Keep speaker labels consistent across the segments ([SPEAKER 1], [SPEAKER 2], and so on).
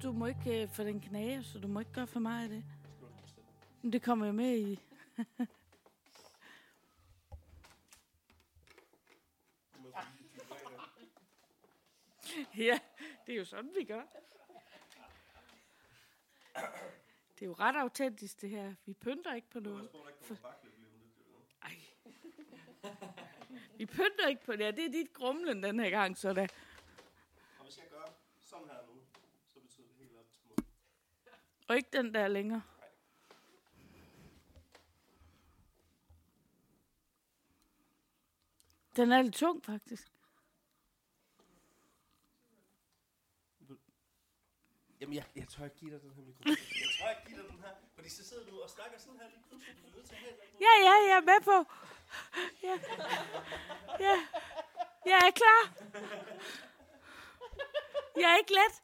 [SPEAKER 1] du må ikke få den knage, så du må ikke gøre for meget af det. Men det kommer jo med i. Ja, det er jo sådan, vi gør. Det er jo ret autentisk, det her. Vi pynter ikke på noget. Ej. Vi pynter ikke på det. Ja, det er dit grumlen den her gang, så da.
[SPEAKER 2] Og hvis jeg gør sådan her nu, så betyder det helt op til munden.
[SPEAKER 1] Og ikke den der længere. Den er lidt tung, faktisk.
[SPEAKER 2] Jamen, jeg tør ikke give dig den her mikrofon. Jeg tør ikke give dig den her, fordi så sidder du og snakker sådan her lige pludselig. Du er nødt til at have den.
[SPEAKER 1] Ja, jeg er med på. Ja. Ja. Jeg er klar. Jeg er ikke let.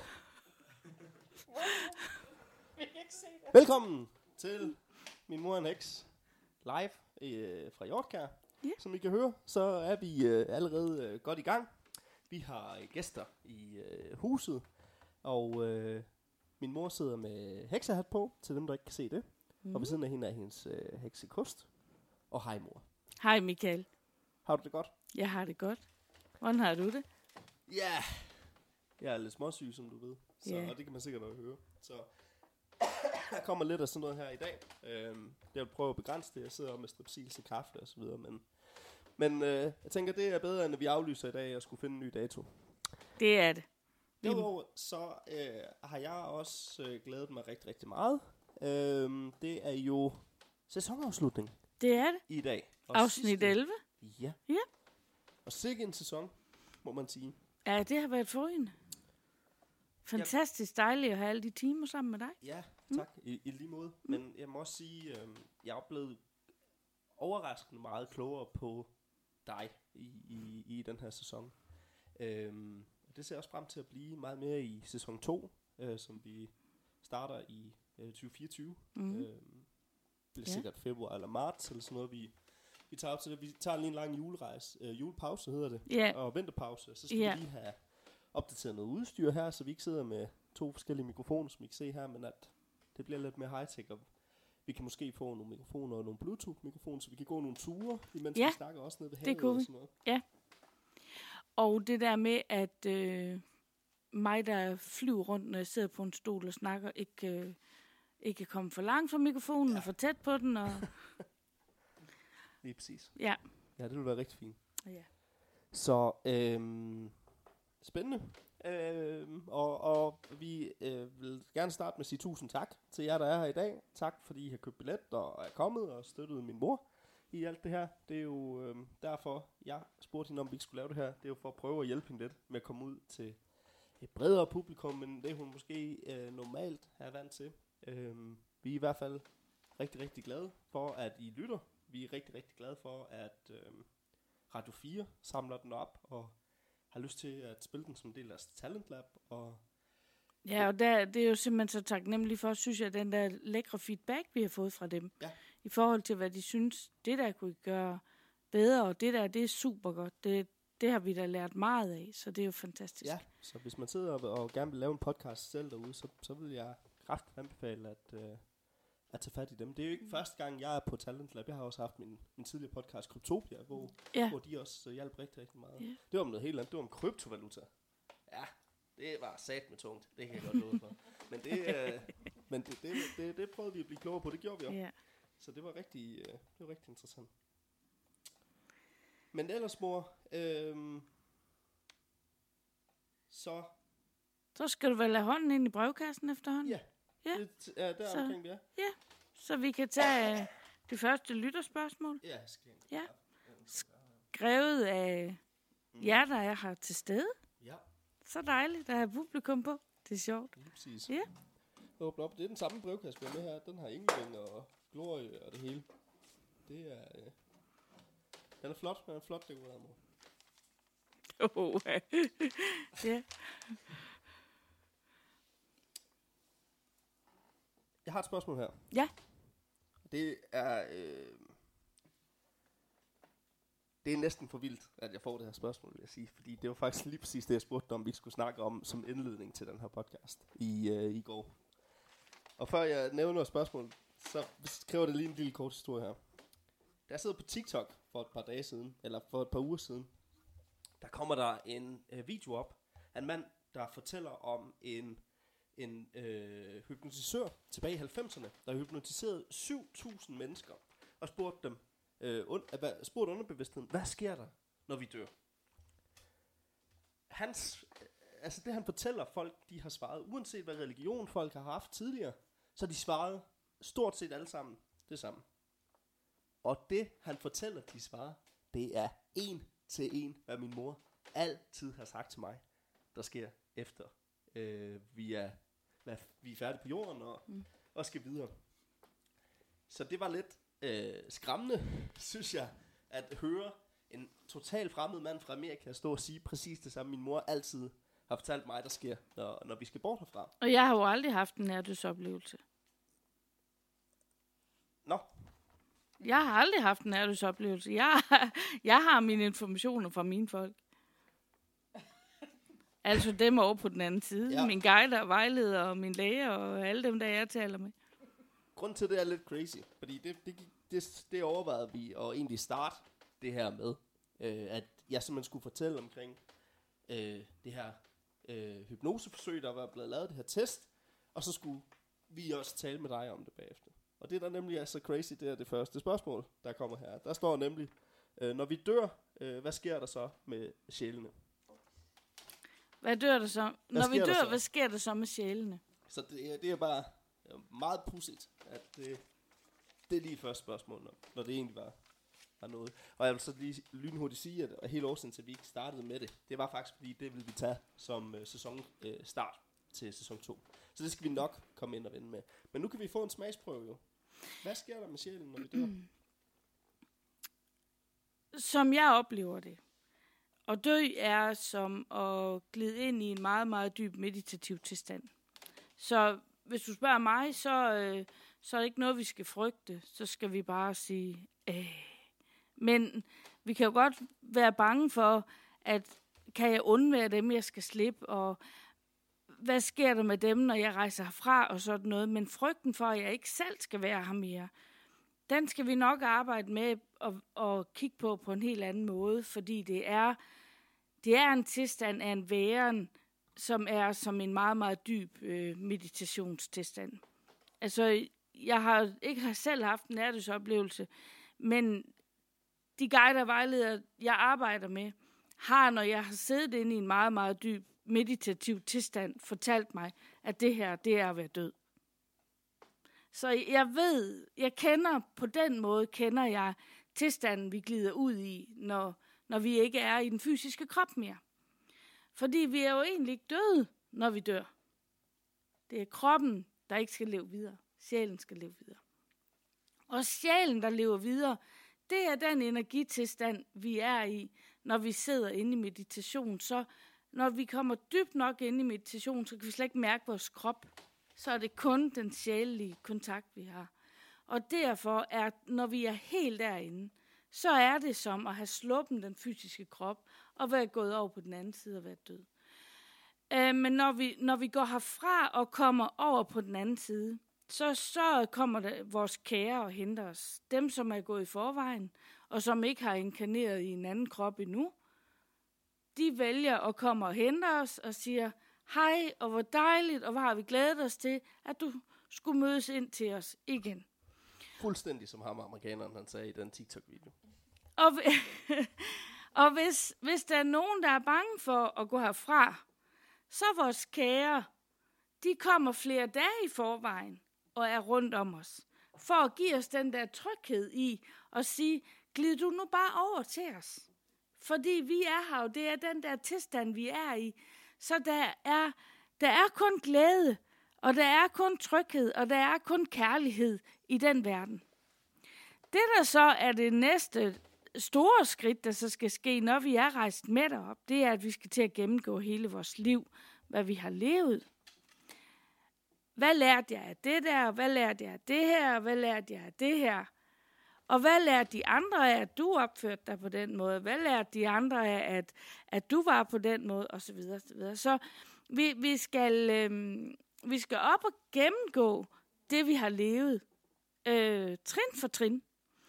[SPEAKER 2] Velkommen til Min Mor og en X live fra Hjortkær.
[SPEAKER 1] Ja.
[SPEAKER 2] Som I kan høre, så er vi allerede godt i gang. Vi har gæster i huset, og min mor sidder med heksehat på, til dem, der ikke kan se det. Og ved siden af hende er hendes heksekost. Og hej mor.
[SPEAKER 1] Hej Michael.
[SPEAKER 2] Har du det godt?
[SPEAKER 1] Jeg har det godt. Hvordan har du det?
[SPEAKER 2] Ja, jeg er lidt småsyg, som du ved. Så,
[SPEAKER 1] Ja.
[SPEAKER 2] og det kan man sikkert også høre. Så der kommer lidt af sådan noget her i dag. Jeg vil prøve at begrænse det. Jeg sidder med strepsil til kaffe og så videre. Men jeg tænker, det er bedre, end at vi aflyser i dag og skulle finde en ny dato.
[SPEAKER 1] Det er det.
[SPEAKER 2] Derudover så har jeg også glædet mig rigtig, rigtig meget. Det er jo sæsonafslutning
[SPEAKER 1] Det er det.
[SPEAKER 2] i dag. Og
[SPEAKER 1] Afsnit 11.
[SPEAKER 2] Ja.
[SPEAKER 1] Ja.
[SPEAKER 2] Og sikke en sæson, må man sige.
[SPEAKER 1] Ja, det har været forrygende. Fantastisk dejligt at have alle de timer sammen med dig.
[SPEAKER 2] Ja, tak. I lige måde. Men jeg må også sige, jeg er blevet overraskende meget klogere på dig i den her sæson. Det ser jeg også frem til at blive meget mere i sæson 2, som vi starter i 2024. Det bliver sikkert februar eller marts, eller sådan noget, vi tager op til det. Vi tager lige en lang julepause hedder det,
[SPEAKER 1] Ja.
[SPEAKER 2] og vinterpause. Så skal vi lige have opdateret noget udstyr her, så vi ikke sidder med 2 forskellige mikrofoner, som I kan se her, men at det bliver lidt mere high-tech, og vi kan måske få nogle mikrofoner og nogle Bluetooth-mikrofoner, så vi kan gå nogle ture, imens vi snakker også nede ved havet og sådan noget.
[SPEAKER 1] Ja. Og det der med, at mig, der flyver rundt, når jeg sidder på en stol og snakker, ikke kan komme for langt fra mikrofonen og for tæt på den. Og
[SPEAKER 2] Lige præcis.
[SPEAKER 1] ja.
[SPEAKER 2] Ja, det vil være rigtig fint.
[SPEAKER 1] Ja.
[SPEAKER 2] Så spændende. Og vi vil gerne starte med at sige tusind tak til jer, der er her i dag. Tak, fordi I har købt billet og er kommet og støttet min mor i alt det her. Det er jo derfor, jeg spurgte hende, om vi ikke skulle lave det her. Det er jo for at prøve at hjælpe hende lidt med at komme ud til et bredere publikum, men det hun måske normalt er vant til. Vi er i hvert fald rigtig, rigtig glade for, at I lytter. Vi er rigtig, rigtig glade for, at Radio 4 samler den op og har lyst til at spille den som en del af Talent Lab. Og
[SPEAKER 1] Ja, og det er jo simpelthen så taknemmelig for, synes jeg, den der lækre feedback, vi har fået fra dem.
[SPEAKER 2] Ja.
[SPEAKER 1] I forhold til, hvad de synes, det der kunne gøre bedre, og det der, det er super godt. Det har vi da lært meget af, så det er jo fantastisk.
[SPEAKER 2] Ja, så hvis man sidder og gerne vil lave en podcast selv derude, så vil jeg kraftigt anbefale at tage fat i dem. Det er jo ikke første gang, jeg er på Talent Lab. Jeg har også haft min tidligere podcast, Kryptopia, hvor de også hjalp rigtig, rigtig meget.
[SPEAKER 1] Ja.
[SPEAKER 2] Det var om noget helt andet. Det var om kryptovaluta. Ja, det var sat med tungt. Det kan jeg godt love for. Men det prøvede vi at blive klogere på. Det gjorde vi også.
[SPEAKER 1] Ja.
[SPEAKER 2] Så det var rigtig interessant. Men ellers, mor,
[SPEAKER 1] Så skal du vel lade hånden ind i brevkassen efterhånden?
[SPEAKER 2] Ja.
[SPEAKER 1] Ja.
[SPEAKER 2] Det er der
[SPEAKER 1] Så-
[SPEAKER 2] omkring, ja.
[SPEAKER 1] Ja, så vi kan tage det første lytterspørgsmål.
[SPEAKER 2] Ja, skal
[SPEAKER 1] Ja. Skrevet af jer, der er her til stede.
[SPEAKER 2] Ja,
[SPEAKER 1] Så dejligt, der er publikum på. Det er sjovt.
[SPEAKER 2] lige præcis.
[SPEAKER 1] Ja.
[SPEAKER 2] Åbne op. Det er den samme brevkasse, vi har med her. Den har Ingevind og Glorie og det hele. Det er... Den er flot. Den er flot dekoreret, mor.
[SPEAKER 1] Ja.
[SPEAKER 2] Jeg har et spørgsmål her.
[SPEAKER 1] Ja.
[SPEAKER 2] Det er... det er næsten for vildt, at jeg får det her spørgsmål, vil jeg sige. Fordi det var faktisk lige præcis det, jeg spurgte om, vi skulle snakke om som indledning til den her podcast i går. Og før jeg nævner spørgsmål, så skriver det lige en lille kort historie her. Da jeg sidder på TikTok for et par dage siden, eller for et par uger siden, der kommer der en video op af en mand, der fortæller om en hypnotisør tilbage i 90'erne, der hypnotiserede 7.000 mennesker og spurgte dem, spurgte underbevidstheden, hvad sker der, når vi dør? Det han fortæller folk, de har svaret, uanset hvad religion folk har haft tidligere, så har de svaret stort set alle sammen det samme. Og det han fortæller, de svarer, det er en til en, hvad min mor altid har sagt til mig, der sker efter vi er færdige på jorden og skal videre. Så det var lidt skræmmende, synes jeg, at høre en total fremmed mand fra Amerika stå og sige præcis det samme, min mor altid har fortalt mig, der sker, når vi skal bort herfra.
[SPEAKER 1] Og jeg har jo aldrig haft en nærdødsoplevelse.
[SPEAKER 2] Nå.
[SPEAKER 1] Jeg har aldrig haft en nærdødsoplevelse. Jeg har mine informationer fra mine folk. Altså dem over på den anden side. Ja. Min guide og vejleder og min læge og alle dem, der jeg taler med.
[SPEAKER 2] Grunden til det er lidt crazy, fordi det overvejede vi at egentlig starte det her med, at jeg simpelthen skulle fortælle omkring det her hypnoseforsøg, der var blevet lavet, det her test, og så skulle vi også tale med dig om det bagefter. Og det der nemlig er så crazy, det er det første spørgsmål, der kommer her. Der står nemlig, når vi dør, hvad sker der så med sjælene?
[SPEAKER 1] Hvad dør der så? Når vi dør, hvad sker der så med sjælene?
[SPEAKER 2] Så det er bare meget pudsigt, at det er lige første spørgsmål, når det egentlig var noget. Og jeg vil så lige lynhurtigt sige, at hele årsagen til, at vi ikke startede med det var faktisk, fordi det ville vi tage som sæsonstart til sæson 2. Så det skal vi nok komme ind og vende med. Men nu kan vi få en smagsprøve jo. Hvad sker der med sjælen, når vi dør?
[SPEAKER 1] Som jeg oplever det. Og dø er som at glide ind i en meget, meget dyb meditativ tilstand. Så hvis du spørger mig, så er det ikke noget, vi skal frygte. Så skal vi bare sige, Men vi kan jo godt være bange for, at kan jeg undvære dem, jeg skal slippe, og hvad sker der med dem, når jeg rejser herfra, og sådan noget. Men frygten for, at jeg ikke selv skal være her mere, den skal vi nok arbejde med og kigge på en helt anden måde, fordi det er en tilstand af en væren, som er som en meget, meget dyb meditationstilstand. Altså, jeg har ikke selv haft en nærdødsoplevelse, men de guider og vejledere, jeg arbejder med, har, når jeg har siddet inde i en meget, meget dyb meditativ tilstand, fortalt mig, at det her, det er at være død. Så på den måde kender jeg tilstanden, vi glider ud i, når vi ikke er i den fysiske krop mere. Fordi vi er jo egentlig ikke døde, når vi dør. Det er kroppen, der ikke skal leve videre. Sjælen skal leve videre. Og sjælen, der lever videre, det er den energitilstand, vi er i, når vi sidder inde i meditation. Så når vi kommer dybt nok ind i meditation, så kan vi slet ikke mærke vores krop. Så er det kun den sjælelige kontakt, vi har. Og derfor er, når vi er helt derinde, så er det som at have sluppet den fysiske krop og være gået over på den anden side og være død. Men når vi går herfra og kommer over på den anden side, så kommer der vores kære og henter os. Dem, som er gået i forvejen, og som ikke har inkarneret i en anden krop endnu, de vælger at komme og hente os og siger, hej, og hvor dejligt, og hvor har vi glædet os til, at du skulle mødes ind til os igen.
[SPEAKER 2] Fuldstændig som ham amerikaneren, han sagde i den TikTok-video.
[SPEAKER 1] Og hvis der er nogen, der er bange for at gå herfra, så vores kære, de kommer flere dage i forvejen og er rundt om os, for at give os den der tryghed i at sige, glid du nu bare over til os. Fordi vi er her, og det er den der tilstand, vi er i. Så der er kun glæde, og der er kun tryghed, og der er kun kærlighed i den verden. Det, der så er det næste store skridt, der så skal ske, når vi er rejst med derop, det er, at vi skal til at gennemgå hele vores liv, hvad vi har levet. Hvad lærte jeg af det der? Hvad lærte jeg af det her? Hvad lærte jeg af det her? Og hvad lærte de andre af, at du opførte dig på den måde? Hvad lærte de andre af, at du var på den måde? Og så videre, så videre. Så vi skal op og gennemgå det, vi har levet. Trin for trin.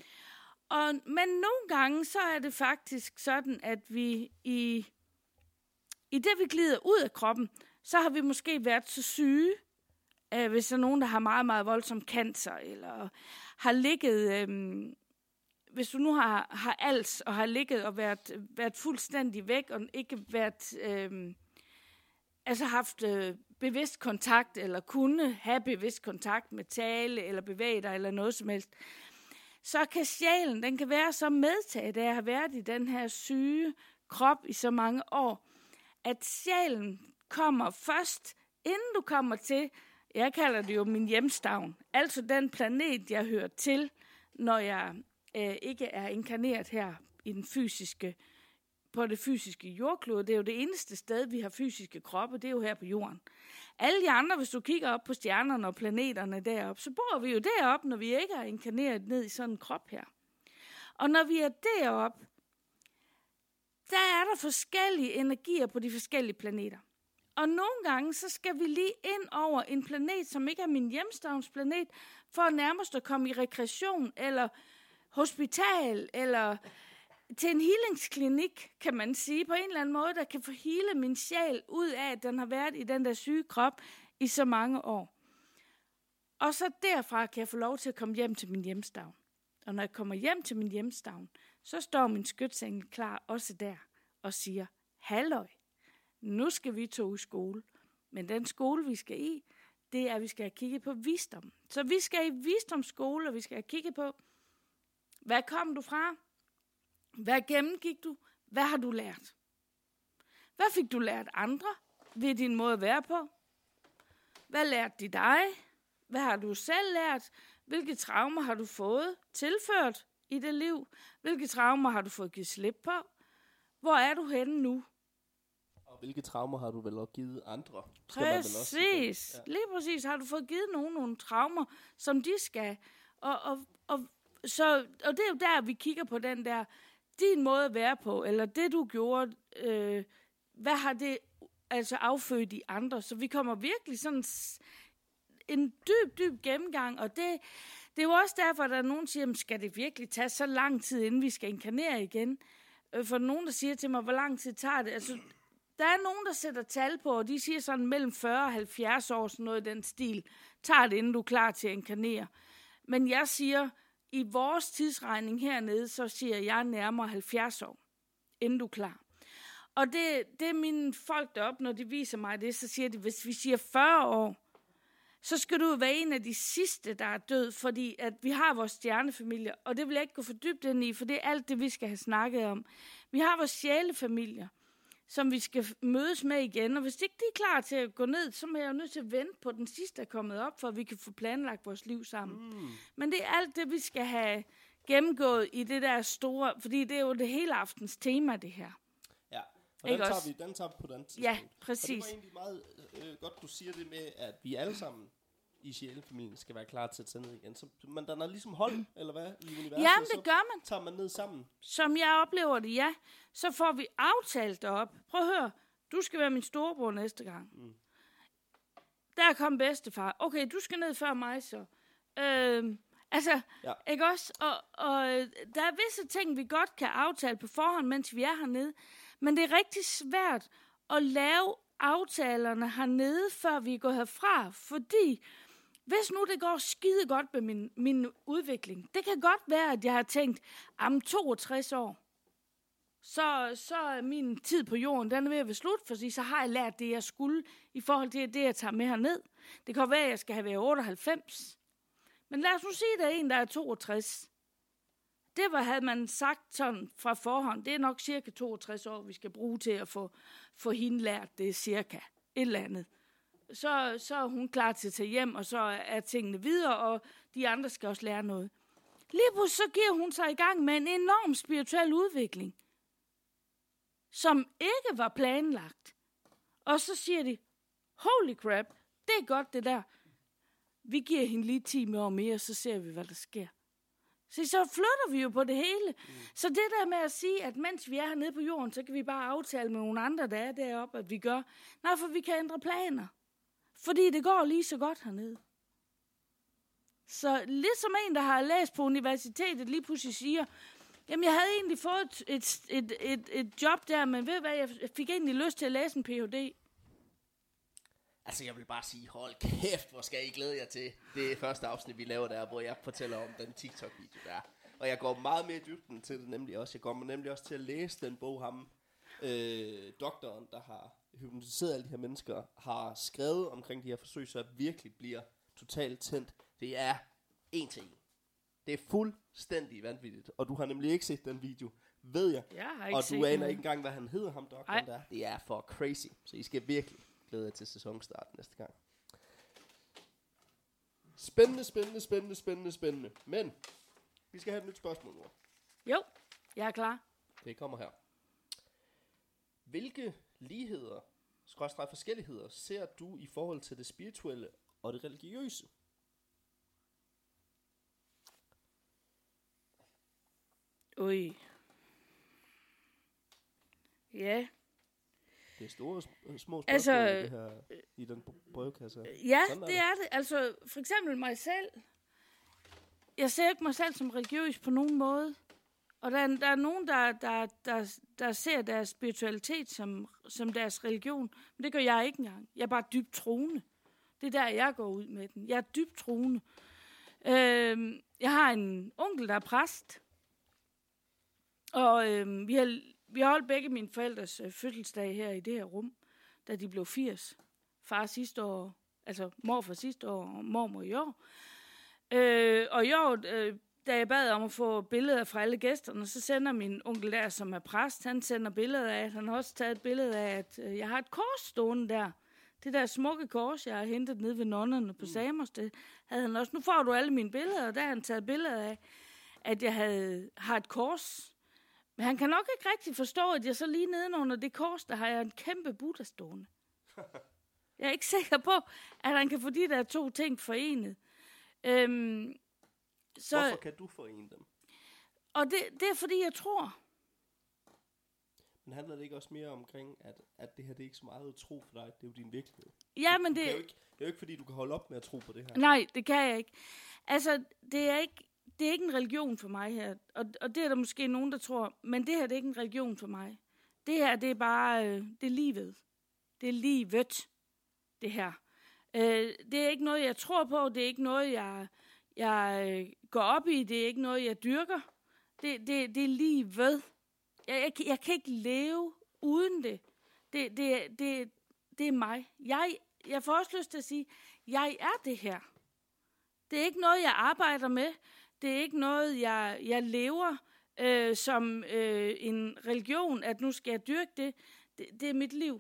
[SPEAKER 1] Men nogle gange, så er det faktisk sådan, at vi i det, vi glider ud af kroppen, så har vi måske været så syge, hvis der er nogen, der har meget, meget voldsom cancer, eller har ligget, hvis du nu har als, og har ligget og været fuldstændig væk, og ikke været, haft bevidst kontakt, eller kunne have bevidst kontakt med tale, eller bevæge dig, eller noget som helst, så kan sjælen, den kan være så medtaget af at have været i den her syge krop i så mange år, at sjælen kommer først, inden du kommer til, jeg kalder det jo min hjemstavn, altså den planet, jeg hører til, når jeg ikke er inkarneret her i på det fysiske jordklode. Det er jo det eneste sted, vi har fysiske kroppe, det er jo her på jorden. Alle de andre, hvis du kigger op på stjernerne og planeterne deroppe, så bor vi jo deroppe, når vi ikke er inkarneret ned i sådan en krop her. Og når vi er deroppe, der er der forskellige energier på de forskellige planeter. Og nogle gange, så skal vi lige ind over en planet, som ikke er min hjemstavnsplanet, for nærmest at komme i rekreation, eller hospital, eller til en healingsklinik, kan man sige, på en eller anden måde, der kan få hele min sjæl ud af, at den har været i den der syge krop i så mange år. Og så derfra kan jeg få lov til at komme hjem til min hjemstavn. Og når jeg kommer hjem til min hjemstavn, så står min skytsengel klar også der og siger, halløj, nu skal vi to i skole. Men den skole, vi skal i, det er, at vi skal have kigget på visdom. Så vi skal i visdomsskole, og vi skal have kigget på, hvad kom du fra? Hvad gennemgik du? Hvad har du lært? Hvad fik du lært andre ved din måde at være på? Hvad lærte de dig? Hvad har du selv lært? Hvilke traumer har du fået tilført i det liv? Hvilke traumer har du fået givet slip på? Hvor er du henne nu?
[SPEAKER 2] Og hvilke traumer har du vel også givet andre?
[SPEAKER 1] Præcis. Ja. Lige præcis har du fået givet nogle traumer, som de skal. Og det er jo der, vi kigger på den der, din måde at være på, eller det du gjorde, hvad har det altså affødt i andre? Så vi kommer virkelig sådan en dyb gennemgang, og det er jo også derfor, at der er nogen, der siger, skal det virkelig tage så lang tid, inden vi skal inkarnere igen? For nogen, der siger til mig, hvor lang tid tager det? Altså, der er nogen, der sætter tal på, og de siger sådan mellem 40 og 70 år, sådan noget i den stil, tager det, inden du er klar til at inkarnere. Men jeg siger, i vores tidsregning hernede, så siger jeg nærmere 70 år, inden du er klar. Og det er mine folk deroppe, når de viser mig det, så siger de, hvis vi siger 40 år, så skal du være en af de sidste, der er død, fordi at vi har vores stjernefamilie, og det vil jeg ikke gå for dybt ind i, for det er alt det, vi skal have snakket om. Vi har vores sjælefamilier, som vi skal mødes med igen, og hvis ikke de er klar til at gå ned, så er jeg jo nødt til at vente på den sidste, der er kommet op, for at vi kan få planlagt vores liv sammen. Men det er alt det, vi skal have gennemgået i det der store, fordi det er jo det hele aftens tema, det her.
[SPEAKER 2] Ja, og den tager vi på den tidspunkt.
[SPEAKER 1] Ja, præcis.
[SPEAKER 2] Og det var egentlig meget godt, du siger det med, at vi alle sammen i sjælefamilien skal være klar til at tage ned igen. Så man danner ligesom hold, eller hvad, i universet?
[SPEAKER 1] Ja, det gør man.
[SPEAKER 2] Så tager man ned sammen.
[SPEAKER 1] Som jeg oplever det, ja. Så får vi aftalt derop. Prøv at høre, du skal være min storebror næste gang. Der kom bedstefar. Okay, du skal ned før mig så. Ikke også? Og der er visse ting, vi godt kan aftale på forhånd, mens vi er hernede. Men det er rigtig svært at lave aftalerne hernede, før vi går herfra. Fordi hvis nu det går skide godt med min udvikling, det kan godt være, at jeg har tænkt, om 62 år, så er min tid på jorden, den er ved at være slut, fordi så har jeg lært det, jeg skulle, i forhold til det, jeg tager med herned. Det kan være, at jeg skal have været 98. Men lad os nu sige, at der er en, der er 62. Det havde man sagt sådan fra forhånd. Det er nok cirka 62 år, vi skal bruge til at få hende lært det cirka. Et eller andet. Så er hun klar til at tage hjem, og så er tingene videre, og de andre skal også lære noget. Lige pludselig så giver hun sig i gang med en enorm spirituel udvikling, som ikke var planlagt. Og så siger de, holy crap, det er godt det der. Vi giver hende lige 10 år mere, så ser vi, hvad der sker. Så flytter vi jo på det hele. Så det der med at sige, at mens vi er hernede på jorden, så kan vi bare aftale med nogle andre, der er deroppe, at vi gør. Nej, for vi kan ændre planer. Fordi det går lige så godt hernede. Så ligesom en, der har læst på universitetet, lige pludselig siger, jamen jeg havde egentlig fået et job der, men ved du hvad, jeg fik egentlig lyst til at læse en Ph.D.
[SPEAKER 2] Altså, jeg vil bare sige, hold kæft, hvor skal I glæde jer til det første afsnit, vi laver der, hvor jeg fortæller om den TikTok-video der. Og jeg går meget mere i dybden til det nemlig også. Jeg går nemlig også til at læse den bog, ham, doktoren, der har hypnotiseret alle de her mennesker, har skrevet omkring de her forsøg, så virkelig bliver totalt tændt. Det er en til en. Det er fuldstændig vanvittigt. Og du har nemlig ikke set den video, ved jeg.
[SPEAKER 1] Jeg har ikke
[SPEAKER 2] og
[SPEAKER 1] set
[SPEAKER 2] du aner
[SPEAKER 1] noget.
[SPEAKER 2] ikke engang, hvad han hedder, ham doktoren der. Det er for crazy. Så I skal virkelig glæde jer til sæsonstart næste gang. Spændende. Men vi skal have et nyt spørgsmål nu.
[SPEAKER 1] Jo, jeg er klar.
[SPEAKER 2] Det kommer her. Hvilke ligheder, forskelligheder, ser du i forhold til det spirituelle og det religiøse?
[SPEAKER 1] Ui. Ja.
[SPEAKER 2] Det er store, små spørgsmål
[SPEAKER 1] Altså,
[SPEAKER 2] det her, i den brevkasse.
[SPEAKER 1] Ja, det er det. Altså, for eksempel mig selv. Jeg ser ikke mig selv som religiøs på nogen måde. Og der er nogen, der ser deres spiritualitet som deres religion. Men det gør jeg ikke engang. Jeg er bare dybt troende. Det er der, jeg går ud med den. Jeg er dybt troende. Jeg har en onkel, der er præst. Og vi har holdt begge mine forældres fødselsdag her i det her rum, da de blev 80. Far sidste år, altså morfar sidste år, og mormor i år. Og i år, da jeg bad om at få billeder fra alle gæsterne, så sender min onkel der, som er præst, han sender billeder af, han har også taget et billede af, at jeg har et kors stående der. Det der smukke kors, jeg har hentet ned ved nonnerne på Samos, det havde han også. Nu får du alle mine billeder, og der har han taget billeder af, at jeg har et kors. Men han kan nok ikke rigtig forstå, at jeg så lige nedenunder det kors, der har jeg en kæmpe Buddha stående. Jeg er ikke sikker på, at han kan få de der to ting forenet.
[SPEAKER 2] Hvorfor kan du forene dem?
[SPEAKER 1] Og det er, fordi jeg tror.
[SPEAKER 2] Men handler det ikke også mere omkring, at det her det er ikke så meget at tro for dig, det er jo din virkelighed?
[SPEAKER 1] Ja, men
[SPEAKER 2] det er jo ikke, fordi du kan holde op med at tro på det her.
[SPEAKER 1] Nej, det kan jeg ikke. Altså, det er ikke en religion for mig her. Og det er der måske nogen, der tror. Men det her, det er ikke en religion for mig. Det her, det er bare, det er livet. Det er livet, det her. Det er ikke noget, jeg tror på. Det er ikke noget, jeg går op i. Det er ikke noget, jeg dyrker. Det er livet. Jeg kan ikke leve uden det. Det er mig. Jeg får også lyst til at sige, jeg er det her. Det er ikke noget, jeg arbejder med. Det er ikke noget, jeg lever som en religion, at nu skal jeg dyrke det. Det er mit liv.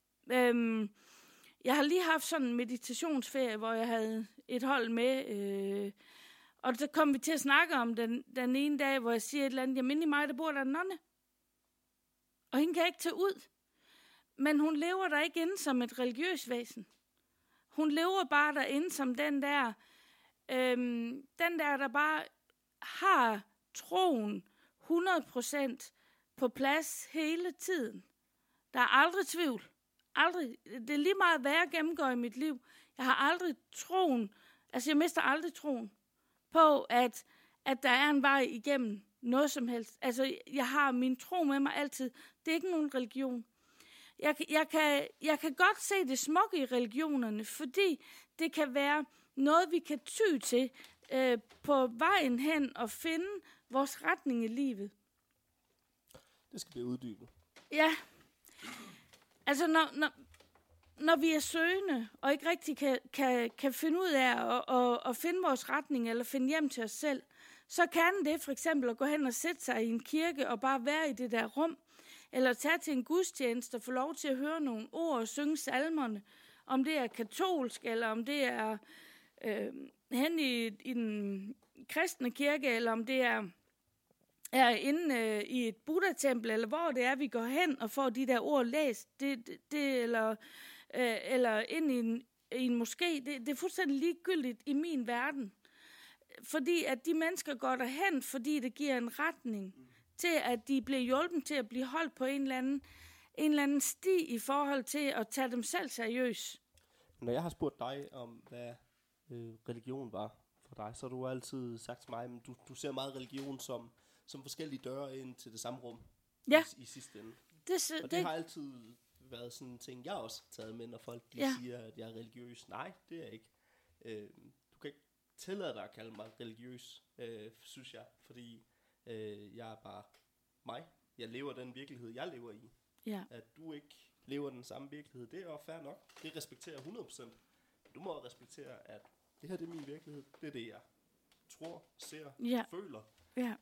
[SPEAKER 1] Jeg har lige haft sådan en meditationsferie, hvor jeg havde et hold med. Og så kom vi til at snakke om den ene dag, hvor jeg siger et eller andet, jamen i mig, der bor der en nonne. Og hende kan jeg ikke tage ud. Men hun lever der ikke inde som et religiøst væsen. Hun lever bare derinde som den der, der bare har troen 100% på plads hele tiden. Der er aldrig tvivl. Aldrig. Det er lige meget, hvad jeg gennemgår i mit liv. Jeg har aldrig troen, altså jeg mister aldrig troen på, at der er en vej igennem noget som helst. Altså jeg har min tro med mig altid. Det er ikke nogen religion. Jeg kan godt se det smukke i religionerne, fordi det kan være noget, vi kan ty til på vejen hen og finde vores retning i livet.
[SPEAKER 2] Det skal blive uddybet.
[SPEAKER 1] Ja. Altså, når vi er søgende, og ikke rigtig kan finde ud af at finde vores retning, eller finde hjem til os selv, så kan det for eksempel at gå hen og sætte sig i en kirke, og bare være i det der rum, eller tage til en gudstjeneste, og få lov til at høre nogle ord, og synge salmerne, om det er katolsk, eller om det er hen i den kristne kirke, eller om det er inde i et Buddha-tempel, eller hvor det er, vi går hen og får de der ord læst, eller ind i en moské. Det er fuldstændig ligegyldigt i min verden. fordi at de mennesker går derhen, fordi det giver en retning til, at de bliver hjulpet til at blive holdt på en eller anden sti i forhold til at tage dem selv seriøst.
[SPEAKER 2] Når jeg har spurgt dig om, hvad religion var for dig, så har du altid sagt til mig, at du ser meget religion som forskellige døre ind til det samme rum i sidste ende. Det har altid været sådan en ting, jeg også har taget med, når folk siger, at jeg er religiøs. Nej, det er jeg ikke. Du kan ikke tillade dig at kalde mig religiøs, synes jeg, fordi jeg er bare mig. Jeg lever den virkelighed, jeg lever i.
[SPEAKER 1] Ja.
[SPEAKER 2] At du ikke lever den samme virkelighed, det er jo fair nok. Det respekterer 100%. Du må respektere, at det her det er min virkelighed. Det er det, jeg tror, ser, føler.
[SPEAKER 1] Ja.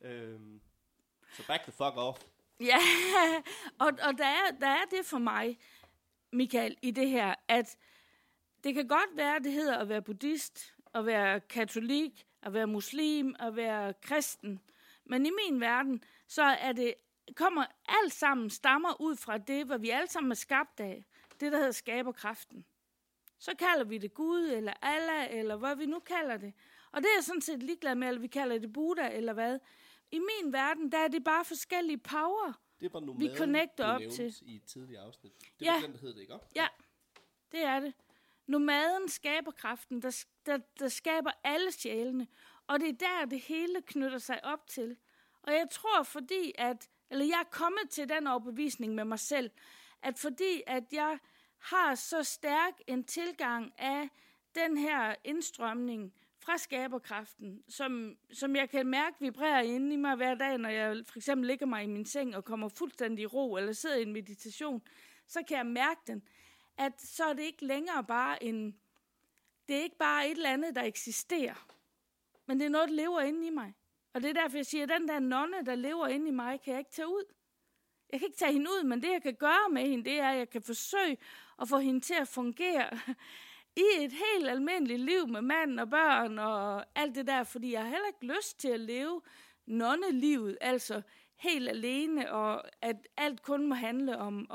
[SPEAKER 2] Så back the fuck off.
[SPEAKER 1] Ja, og der er det for mig, Michael, i det her, at det kan godt være, det hedder at være buddhist, at være katolik, at være muslim, at være kristen. Men i min verden, så kommer alt sammen stammer ud fra det, hvad vi alle sammen er skabt af. Det, der hedder skaberkraften. Så kalder vi det Gud, eller Allah, eller hvad vi nu kalder det. Og det er sådan set ligeglad med, eller vi kalder det Buddha, eller hvad. I min verden, der er det bare forskellige power,
[SPEAKER 2] det var nomaden,
[SPEAKER 1] vi connecter op til.
[SPEAKER 2] I et tidligere afsnit. Det var den, der hed det, ikke op?
[SPEAKER 1] Ja, det er det. Nomaden skaber kraften, der skaber alle sjælene. Og det er der, det hele knytter sig op til. Og jeg tror, jeg er kommet til den overbevisning med mig selv, at fordi at jeg har så stærk en tilgang af den her indstrømning fra skaberkraften, som jeg kan mærke vibrerer inde i mig hver dag, når jeg for eksempel ligger mig i min seng og kommer fuldstændig i ro, eller sidder i en meditation, så kan jeg mærke den, at så er det ikke længere bare det er ikke bare et eller andet, der eksisterer, men det er noget, der lever inde i mig. Og det er derfor, jeg siger, at den der nonne, der lever inde i mig, kan jeg ikke tage ud. Jeg kan ikke tage hende ud, men det, jeg kan gøre med hende, det er, at jeg kan forsøge at få hende til at fungere i et helt almindeligt liv med mand og børn og alt det der, fordi jeg har heller ikke lyst til at leve nonnelivet, altså helt alene, og at alt kun må handle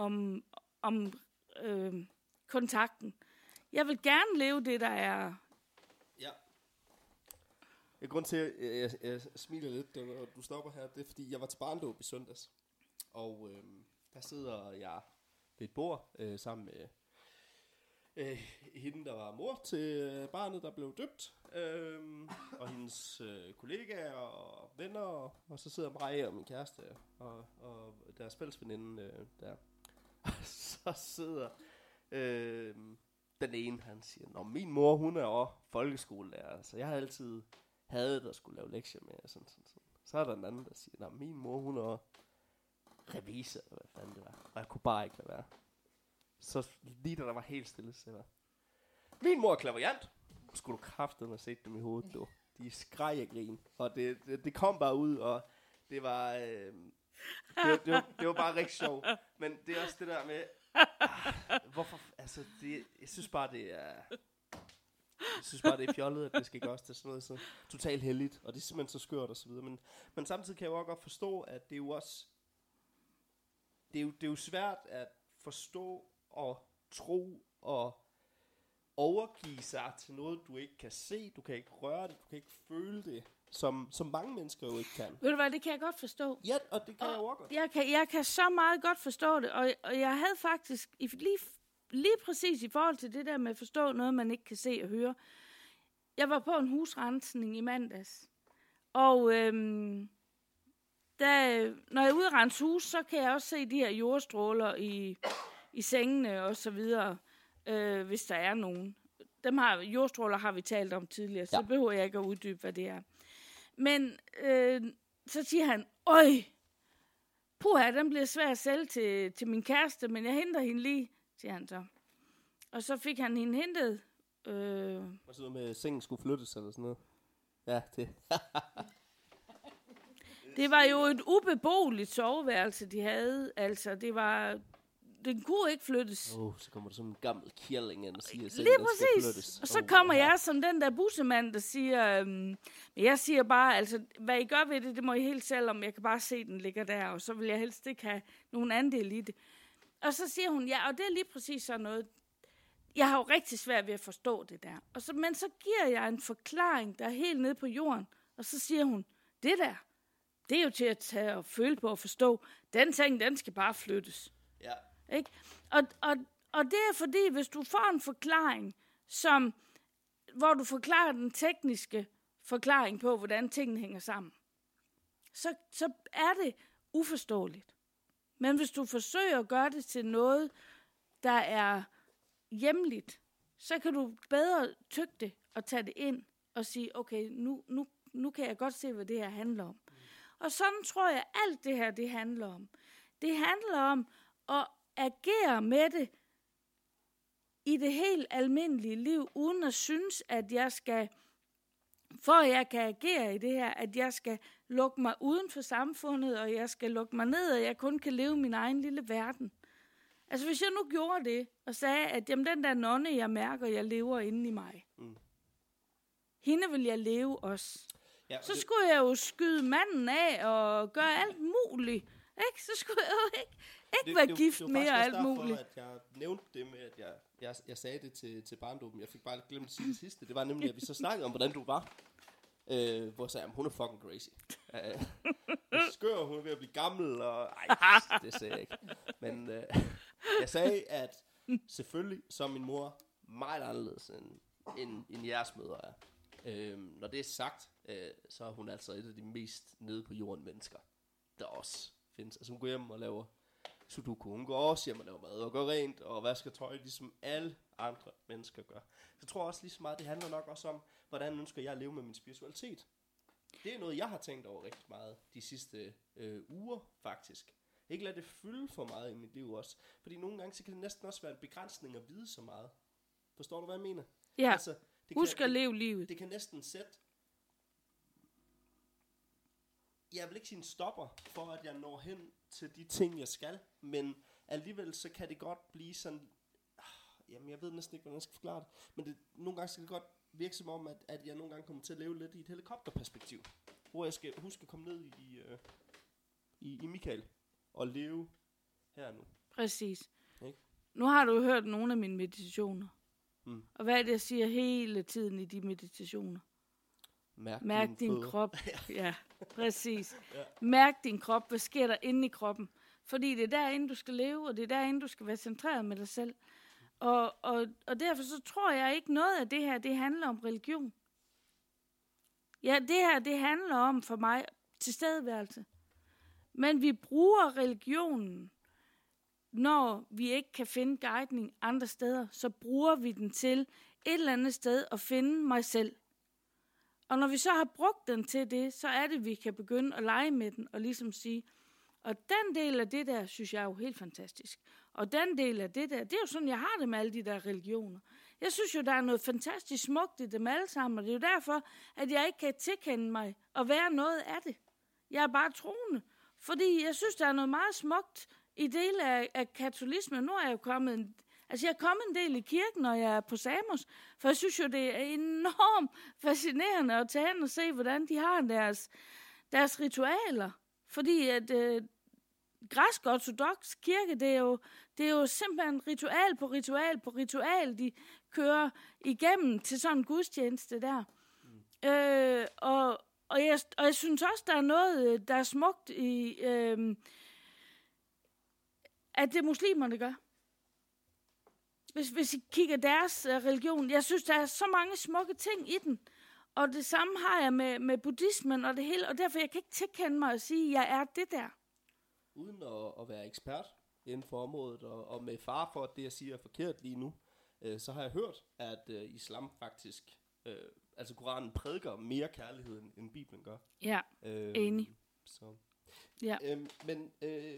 [SPEAKER 1] om kontakten. Jeg vil gerne leve det, der er.
[SPEAKER 2] Ja. Grund til, at jeg smiler lidt, og du stopper her, det er, fordi jeg var til barndåb i søndags. Og der sidder jeg ved et bord sammen med hende, der var mor til barnet, der blev døbt, og hendes kollegaer og venner, og så sidder mig og min kæreste og deres fællesveninde der. Og så sidder den ene, han siger, nå, min mor, hun er også folkeskolelærer, så jeg har altid hadet, der skulle lave lektier med, sådan. Så er der en anden, der siger, nå, min mor, hun er også revisor, eller hvad fanden det var, og jeg kunne bare ikke lade være. Så lige da der var helt stille, så var min mor er klaverjant. Skulle du kraftedeme have set dem i hovedet, du. De skreg af grin, og det kom bare ud, og det var det var bare rigtig sjovt. Men det er også det der med, hvorfor, altså, jeg synes bare, det er fjollet, at det skal gøres til sådan noget så totalt heldigt, og det er simpelthen så skørt og så videre. Men samtidig kan jeg jo også godt forstå, at det er jo også, det er jo svært at forstå og tro og overgive sig til noget, du ikke kan se, du kan ikke røre det, du kan ikke føle det, som mange mennesker jo ikke kan.
[SPEAKER 1] Ved du hvad, det kan jeg godt forstå.
[SPEAKER 2] Ja, og det kan jeg jo også godt.
[SPEAKER 1] Jeg kan så meget godt forstå det, og jeg havde faktisk lige præcis i forhold til det der med at forstå noget, man ikke kan se og høre. Jeg var på en husrensning i mandags, og når jeg er ude at rense hus, så kan jeg også se de her jordstråler i sengene og så videre, hvis der er nogen. Jordstråler har vi talt om tidligere, så behøver jeg ikke at uddybe, hvad det er. Men så siger han, øj, puha, den bliver svær at sælge til min kæreste, men jeg henter hende lige, siger han så. Og så fik han hende hentet.
[SPEAKER 2] Var det noget med, at sengen skulle flyttes eller sådan noget? Ja, det.
[SPEAKER 1] Det var jo et ubeboeligt soveværelse, de havde. Altså, den kunne ikke flyttes.
[SPEAKER 2] Så kommer der sådan en gammel kjærling ind og siger, at
[SPEAKER 1] lige præcis. Og så kommer jeg som den der bussemand, der siger, jeg siger bare, altså, hvad I gør ved det må I helt selv om. Jeg kan bare se, den ligger der, og så vil jeg helst ikke have nogen andel i det. Og så siger hun, ja, og det er lige præcis sådan noget. jeg har jo rigtig svært ved at forstå det der. Men så giver jeg en forklaring, der er helt nede på jorden, og så siger hun, det er jo til at tage og føle på og forstå. Den ting, den skal bare flyttes.
[SPEAKER 2] Ja.
[SPEAKER 1] Ikke? Og det er fordi, hvis du får en forklaring, hvor du forklarer den tekniske forklaring på, hvordan tingene hænger sammen, så er det uforståeligt. Men hvis du forsøger at gøre det til noget, der er hjemligt, så kan du bedre tygge det og tage det ind og sige, okay, nu kan jeg godt se, hvad det her handler om. Og sådan tror jeg, alt det her, det handler om. Det handler om at agere med det i det helt almindelige liv, uden at synes, at jeg skal, for at jeg kan agere i det her, at jeg skal lukke mig uden for samfundet, og jeg skal lukke mig ned, og jeg kun kan leve min egen lille verden. Altså hvis jeg nu gjorde det, og sagde, at jamen, den der nonne, jeg mærker, jeg lever inde i mig, hende vil jeg leve også. Ja, så skulle jeg jo skyde manden af og gøre alt muligt. Ikke? Så skulle jeg jo ikke være gift mere og alt muligt.
[SPEAKER 2] Det var faktisk at jeg nævnte det med, at jeg sagde det til barndommen. Jeg fik bare glemt at sige det sidste. Det var nemlig, at vi så snakkede om, hvordan du var. Hvor jeg sagde, hun er fucking crazy. Skør, hun er ved at blive gammel. Og ej, det sagde jeg ikke. Men jeg sagde, at selvfølgelig så er min mor meget anderledes end jeres mødre er. Når det er sagt, så er hun altså et af de mest nede på jorden mennesker, der også findes. Altså hun går hjem og laver sudoku, hun går også hjem og laver mad og går rent og vasker tøj, ligesom alle andre mennesker gør. Så jeg tror også lige så meget, det handler nok også om, hvordan ønsker jeg at leve med min spiritualitet. Det er noget, jeg har tænkt over rigtig meget de sidste uger, faktisk. Ikke lade det fylde for meget i mit liv også. Fordi nogle gange, så kan det næsten også være en begrænsning at vide så meget. Forstår du, hvad jeg mener?
[SPEAKER 1] Ja, altså, husk at leve livet.
[SPEAKER 2] Det kan næsten sætte... Jeg vil ikke sige en stopper for, at jeg når hen til de ting, jeg skal. Men alligevel, så kan det godt blive sådan... Jamen, jeg ved næsten ikke, hvordan jeg skal forklare det. Men nogle gange skal det godt virke som om, at jeg nogle gange kommer til at leve lidt i et helikopterperspektiv. Hvor jeg skal huske at komme ned i Michael og leve her nu.
[SPEAKER 1] Præcis. Ikke? Nu har du hørt nogle af mine meditationer. Og hvad er det, jeg siger hele tiden i de meditationer? Mærk din krop. Ja, præcis. Ja. Mærk din krop. Hvad sker der inde i kroppen? Fordi det er derinde, du skal leve, og det er derinde, du skal være centreret med dig selv. Og derfor så tror jeg ikke noget af det her, det handler om religion. Ja, det her, det handler om for mig tilstedeværelse. Men vi bruger religionen, når vi ikke kan finde guidning andre steder, så bruger vi den til et eller andet sted at finde mig selv. Og når vi så har brugt den til det, så er det, vi kan begynde at lege med den og ligesom sige, og den del af det der, synes jeg er jo helt fantastisk. Og den del af det der, det er jo sådan, jeg har det med alle de der religioner. Jeg synes jo, der er noget fantastisk smukt i dem alle sammen, og det er jo derfor, at jeg ikke kan tilkende mig og være noget af det. Jeg er bare troende, fordi jeg synes, der er noget meget smukt i dele af katolismen. Nu er jeg jo kommet jeg er kommet en del i kirken, når jeg er på Samos, for jeg synes jo, det er enormt fascinerende at tage hen og se, hvordan de har deres ritualer. Fordi at græsk ortodox kirke, det er jo simpelthen ritual på ritual på ritual, de kører igennem til sådan en gudstjeneste der. Og jeg synes også, der er noget, der er smukt i, at det muslimerne gør. Hvis I kigger deres religion, jeg synes, der er så mange smukke ting i den. Og det samme har jeg med buddhismen og det hele, og derfor jeg kan ikke tilkende mig at sige, at jeg er det der.
[SPEAKER 2] Uden at være ekspert inden for området, og med far for, at det, jeg siger, er forkert lige nu, så har jeg hørt, at islam faktisk, altså Koranen prædiker mere kærlighed, end Bibelen gør.
[SPEAKER 1] Ja, enig.
[SPEAKER 2] Så.
[SPEAKER 1] Ja.
[SPEAKER 2] Men...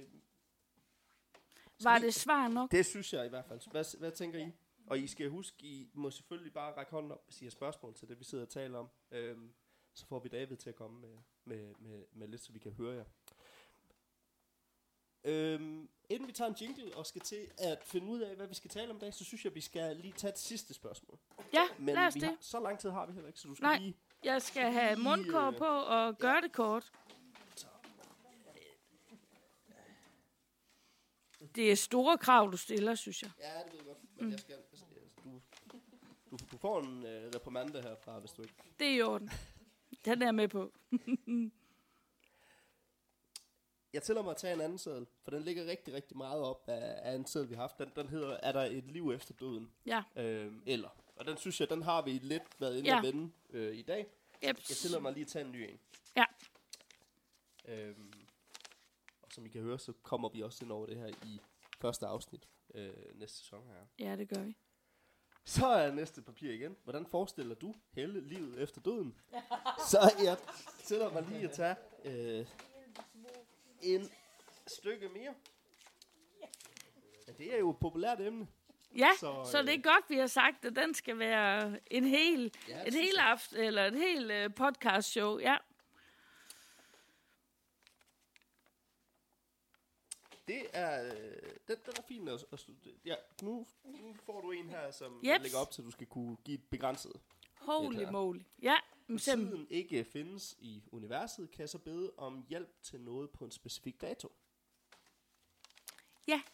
[SPEAKER 1] Var det svar nok?
[SPEAKER 2] Det synes jeg i hvert fald. Hvad tænker I? Og I skal huske, I må selvfølgelig bare række hånden op, hvis I har spørgsmål til det, vi sidder og taler om. Så får vi David til at komme med lidt, så vi kan høre jer. Inden vi tager en jingle og skal til at finde ud af, hvad vi skal tale om i dag, så synes jeg, vi skal lige tage et sidste spørgsmål.
[SPEAKER 1] Ja, lad os det.
[SPEAKER 2] Så lang tid har vi heller ikke, så du skal lige...
[SPEAKER 1] Jeg skal have mundkår på og gøre det kort. Det er store krav, du stiller, synes jeg.
[SPEAKER 2] Ja, det ved jeg godt. Men får en reprimande herfra, hvis du ikke...
[SPEAKER 1] Det er i orden. Den er jeg med på.
[SPEAKER 2] Jeg tillader mig at tage en anden seddel, for den ligger rigtig, rigtig meget op af en seddel, vi har haft. Den hedder, er der et liv efter døden?
[SPEAKER 1] Ja.
[SPEAKER 2] Eller. Og den synes jeg, den har vi lidt været inde at vende i dag.
[SPEAKER 1] Yep.
[SPEAKER 2] Jeg tillader mig lige at tage en ny en.
[SPEAKER 1] Ja.
[SPEAKER 2] Og som I kan høre, så kommer vi også ind over det her i første afsnit næste sæson her.
[SPEAKER 1] Ja, det gør vi.
[SPEAKER 2] Så er næste papir igen. Hvordan forestiller du Helle livet efter døden? Så jeg tillader mig lige at tage en stykke mere. Ja, det er jo et populært emne.
[SPEAKER 1] Ja, så det er godt, vi har sagt, at den skal være en hel, et helt aften, eller et helt podcast show, ja.
[SPEAKER 2] Det er, den er fin at ja, nu får du en her, som lægger op til, at du skal kunne give et begrænset.
[SPEAKER 1] Holy moly. Ja.
[SPEAKER 2] Hvis tiden ikke findes i universet, kan jeg så bede om hjælp til noget på en specifik dato.
[SPEAKER 1] Ja.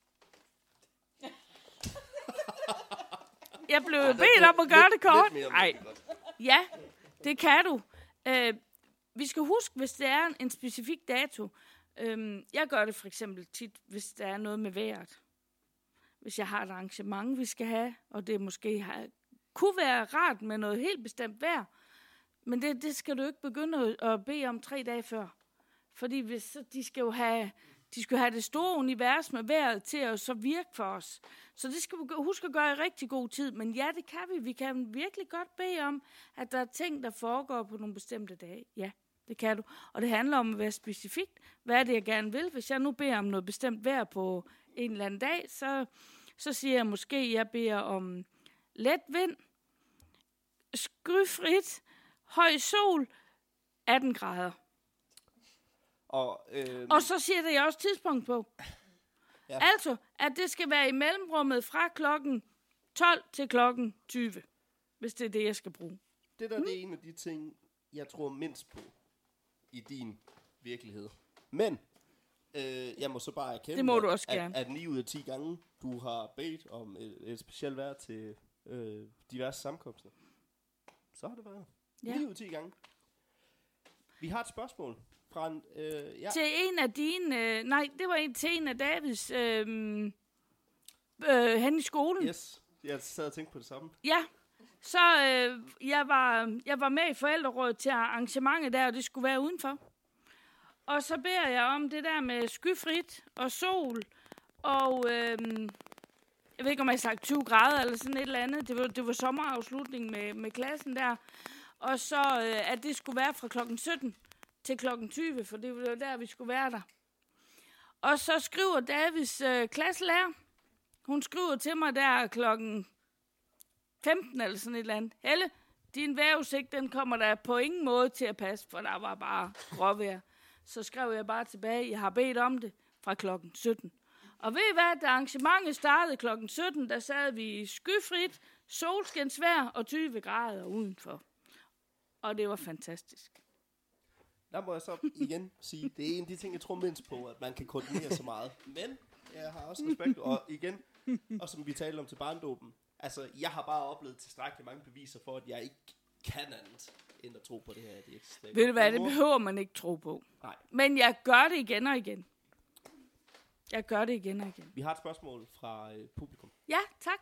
[SPEAKER 1] Jeg blev bedt om at gøre det kort. Nej. Ja, det kan du. Vi skal huske, hvis det er en specifik dato. Jeg gør det for eksempel tit, hvis der er noget med vejret. Hvis jeg har et arrangement, vi skal have, og det måske kunne være rart med noget helt bestemt vejr, men det skal du ikke begynde at bede om 3 dage før. Fordi hvis, de skal jo have det store univers med vejret til at så virke for os. Så det skal vi huske at gøre i rigtig god tid. Men ja, det kan vi. Vi kan virkelig godt bede om, at der er ting, der foregår på nogle bestemte dage. Ja, det kan du. Og det handler om at være specifikt. Hvad er det, jeg gerne vil? Hvis jeg nu beder om noget bestemt vejr på en eller anden dag, så siger jeg måske, at jeg beder om let vind, skyfrit, høj sol, 18 grader. Og så siger det jeg også tidspunkt på. Ja. Altså, at det skal være i mellemrummet fra klokken 12 til klokken 20. Hvis det er det, jeg skal bruge.
[SPEAKER 2] Det der det er en af de ting, jeg tror mindst på i din virkelighed. Men jeg må så bare erkende,
[SPEAKER 1] det må du også gerne.
[SPEAKER 2] At 9 ud af 10 gange, du har bedt om et specielt vejr til diverse sammenkomster. Så har det været 9 ud af 10 gange. Vi har et spørgsmål.
[SPEAKER 1] Til en af dine... det var til en af Davids hen i skolen.
[SPEAKER 2] Yes, jeg sad og tænkte på det samme.
[SPEAKER 1] Ja, så jeg var med i forældrerådet til arrangementet der, og det skulle være udenfor. Og så beder jeg om det der med skyfrit og sol, og jeg ved ikke, om jeg har sagt 20 grader eller sådan et eller andet. Det var sommerafslutning med klassen der. Og så at det skulle være fra klokken 17 til klokken 20, for det var der, vi skulle være der. Og så skriver Davids klasselærer, hun skriver til mig der klokken 15 eller sådan et eller andet. Helle, din vejrudsigt, den kommer der på ingen måde til at passe, for der var bare gråvejr. Så skrev jeg bare tilbage, jeg har bedt om det fra klokken 17. Og ved I hvad, da arrangementet startede klokken 17, der sad vi skyfrit, solskinsvejr og 20 grader udenfor. Og det var fantastisk.
[SPEAKER 2] Der må jeg så igen sige, det er en af de ting, jeg tror mindst på, at man kan koordinere så meget. Men jeg har også respekt, og igen, og som vi talte om til barndåben, altså jeg har bare oplevet tilstrækkeligt mange beviser for, at jeg ikke kan andet, end at tro på det her.
[SPEAKER 1] Ved du hvad, det behøver man ikke tro på.
[SPEAKER 2] Nej.
[SPEAKER 1] Men jeg gør det igen og igen.
[SPEAKER 2] Vi har et spørgsmål fra publikum.
[SPEAKER 1] Ja, tak.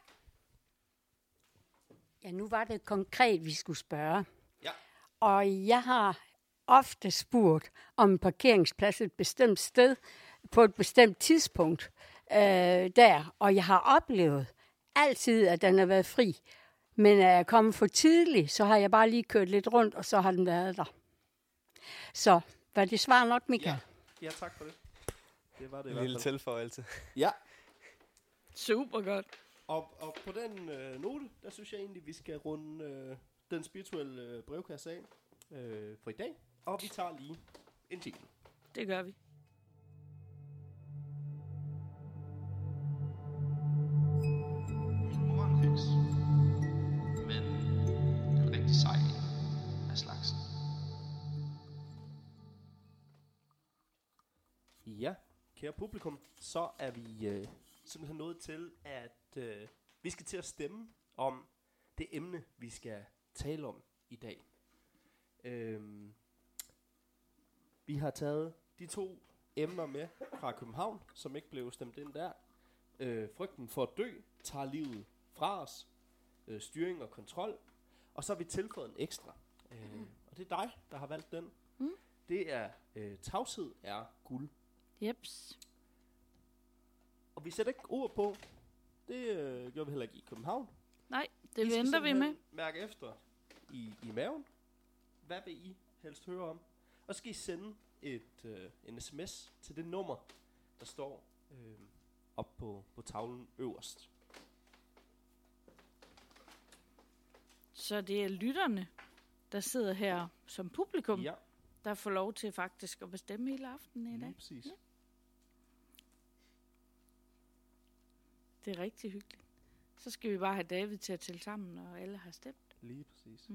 [SPEAKER 3] Ja, nu var det konkret, vi skulle spørge.
[SPEAKER 2] Ja.
[SPEAKER 3] Og jeg har ofte spurgt om en parkeringsplads et bestemt sted på et bestemt tidspunkt der. Og jeg har oplevet altid, at den har været fri. Men er jeg kommet for tidligt, så har jeg bare lige kørt lidt rundt, og så har den været der. Så var det svar nok, Michael?
[SPEAKER 2] Ja, tak for det. Det var det i
[SPEAKER 4] en
[SPEAKER 2] hvert
[SPEAKER 4] lille tilføjelse.
[SPEAKER 2] Ja.
[SPEAKER 1] Super godt.
[SPEAKER 2] Og på den note, der synes jeg egentlig, vi skal runde den spirituelle brevkasse af for i dag. Og vi tager lige en jingle.
[SPEAKER 1] Det gør vi.
[SPEAKER 5] Min mor er en heks, men en rigtig sej af slagsen.
[SPEAKER 2] Ja, kære publikum, så er vi simpelthen nået til, at vi skal til at stemme om det emne, vi skal tale om i dag. Vi har taget de 2 emner med fra København, som ikke blev stemt ind der. Frygten for at dø tager livet fra os. Styring og kontrol. Og så har vi tilføjet en ekstra. Og det er dig, der har valgt den. Det er tavshed er guld.
[SPEAKER 1] Jeps.
[SPEAKER 2] Og vi sætter ikke ord på. Det gjorde vi heller ikke i København.
[SPEAKER 1] Nej, det
[SPEAKER 2] I skal
[SPEAKER 1] venter vi med.
[SPEAKER 2] simpelthen mærke efter i maven. Hvad vil I helst høre om? Og så skal I sende en sms til det nummer, der står op på tavlen øverst.
[SPEAKER 1] Så det er lytterne, der sidder her som publikum,
[SPEAKER 2] Ja,
[SPEAKER 1] der får lov til faktisk at bestemme hele aftenen i dag.
[SPEAKER 2] lige præcis.
[SPEAKER 1] Ja. Det er rigtig hyggeligt. Så skal vi bare have David til at tælle sammen, når alle har stemt.
[SPEAKER 2] Lige præcis.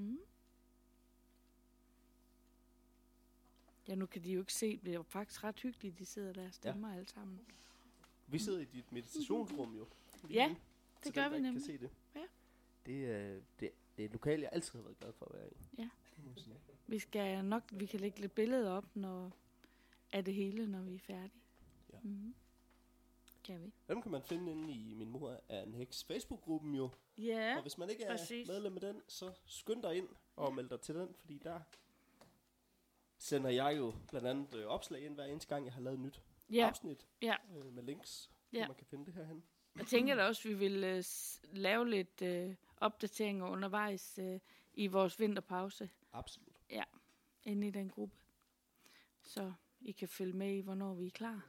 [SPEAKER 1] Ja, nu kan de jo ikke se, det er jo faktisk ret hyggeligt, de sidder der og stemmer alle sammen.
[SPEAKER 2] Vi sidder i dit meditationsrum jo.
[SPEAKER 1] Ja,
[SPEAKER 2] nu,
[SPEAKER 1] det
[SPEAKER 2] så
[SPEAKER 1] gør
[SPEAKER 2] dem,
[SPEAKER 1] vi
[SPEAKER 2] der ikke
[SPEAKER 1] nemlig.
[SPEAKER 2] Kan se det.
[SPEAKER 1] Ja.
[SPEAKER 2] Det er et lokal, jeg altid har været glad for at være i.
[SPEAKER 1] Ja.
[SPEAKER 2] Det må jeg sige.
[SPEAKER 1] Vi kan lægge lidt billeder op af det hele, når vi er færdige.
[SPEAKER 2] Ja.
[SPEAKER 1] Kan vi?
[SPEAKER 2] Dem kan man finde inde i Min Mor er en Heks Facebook-gruppen jo.
[SPEAKER 1] Ja,
[SPEAKER 2] Og hvis man ikke er
[SPEAKER 1] præcis.
[SPEAKER 2] medlem af den, så skynd dig ind og meld dig til den, fordi der sender jeg jo blandt andet opslag ind hver eneste gang, jeg har lavet et nyt afsnit
[SPEAKER 1] Ja.
[SPEAKER 2] Med links,
[SPEAKER 1] Ja.
[SPEAKER 2] hvor man kan finde det herhen.
[SPEAKER 1] Jeg tænker da også, at vi vil lave lidt opdateringer undervejs i vores vinterpause
[SPEAKER 2] Absolut.
[SPEAKER 1] inde i den gruppe. Så I kan følge med i, hvornår vi er klar.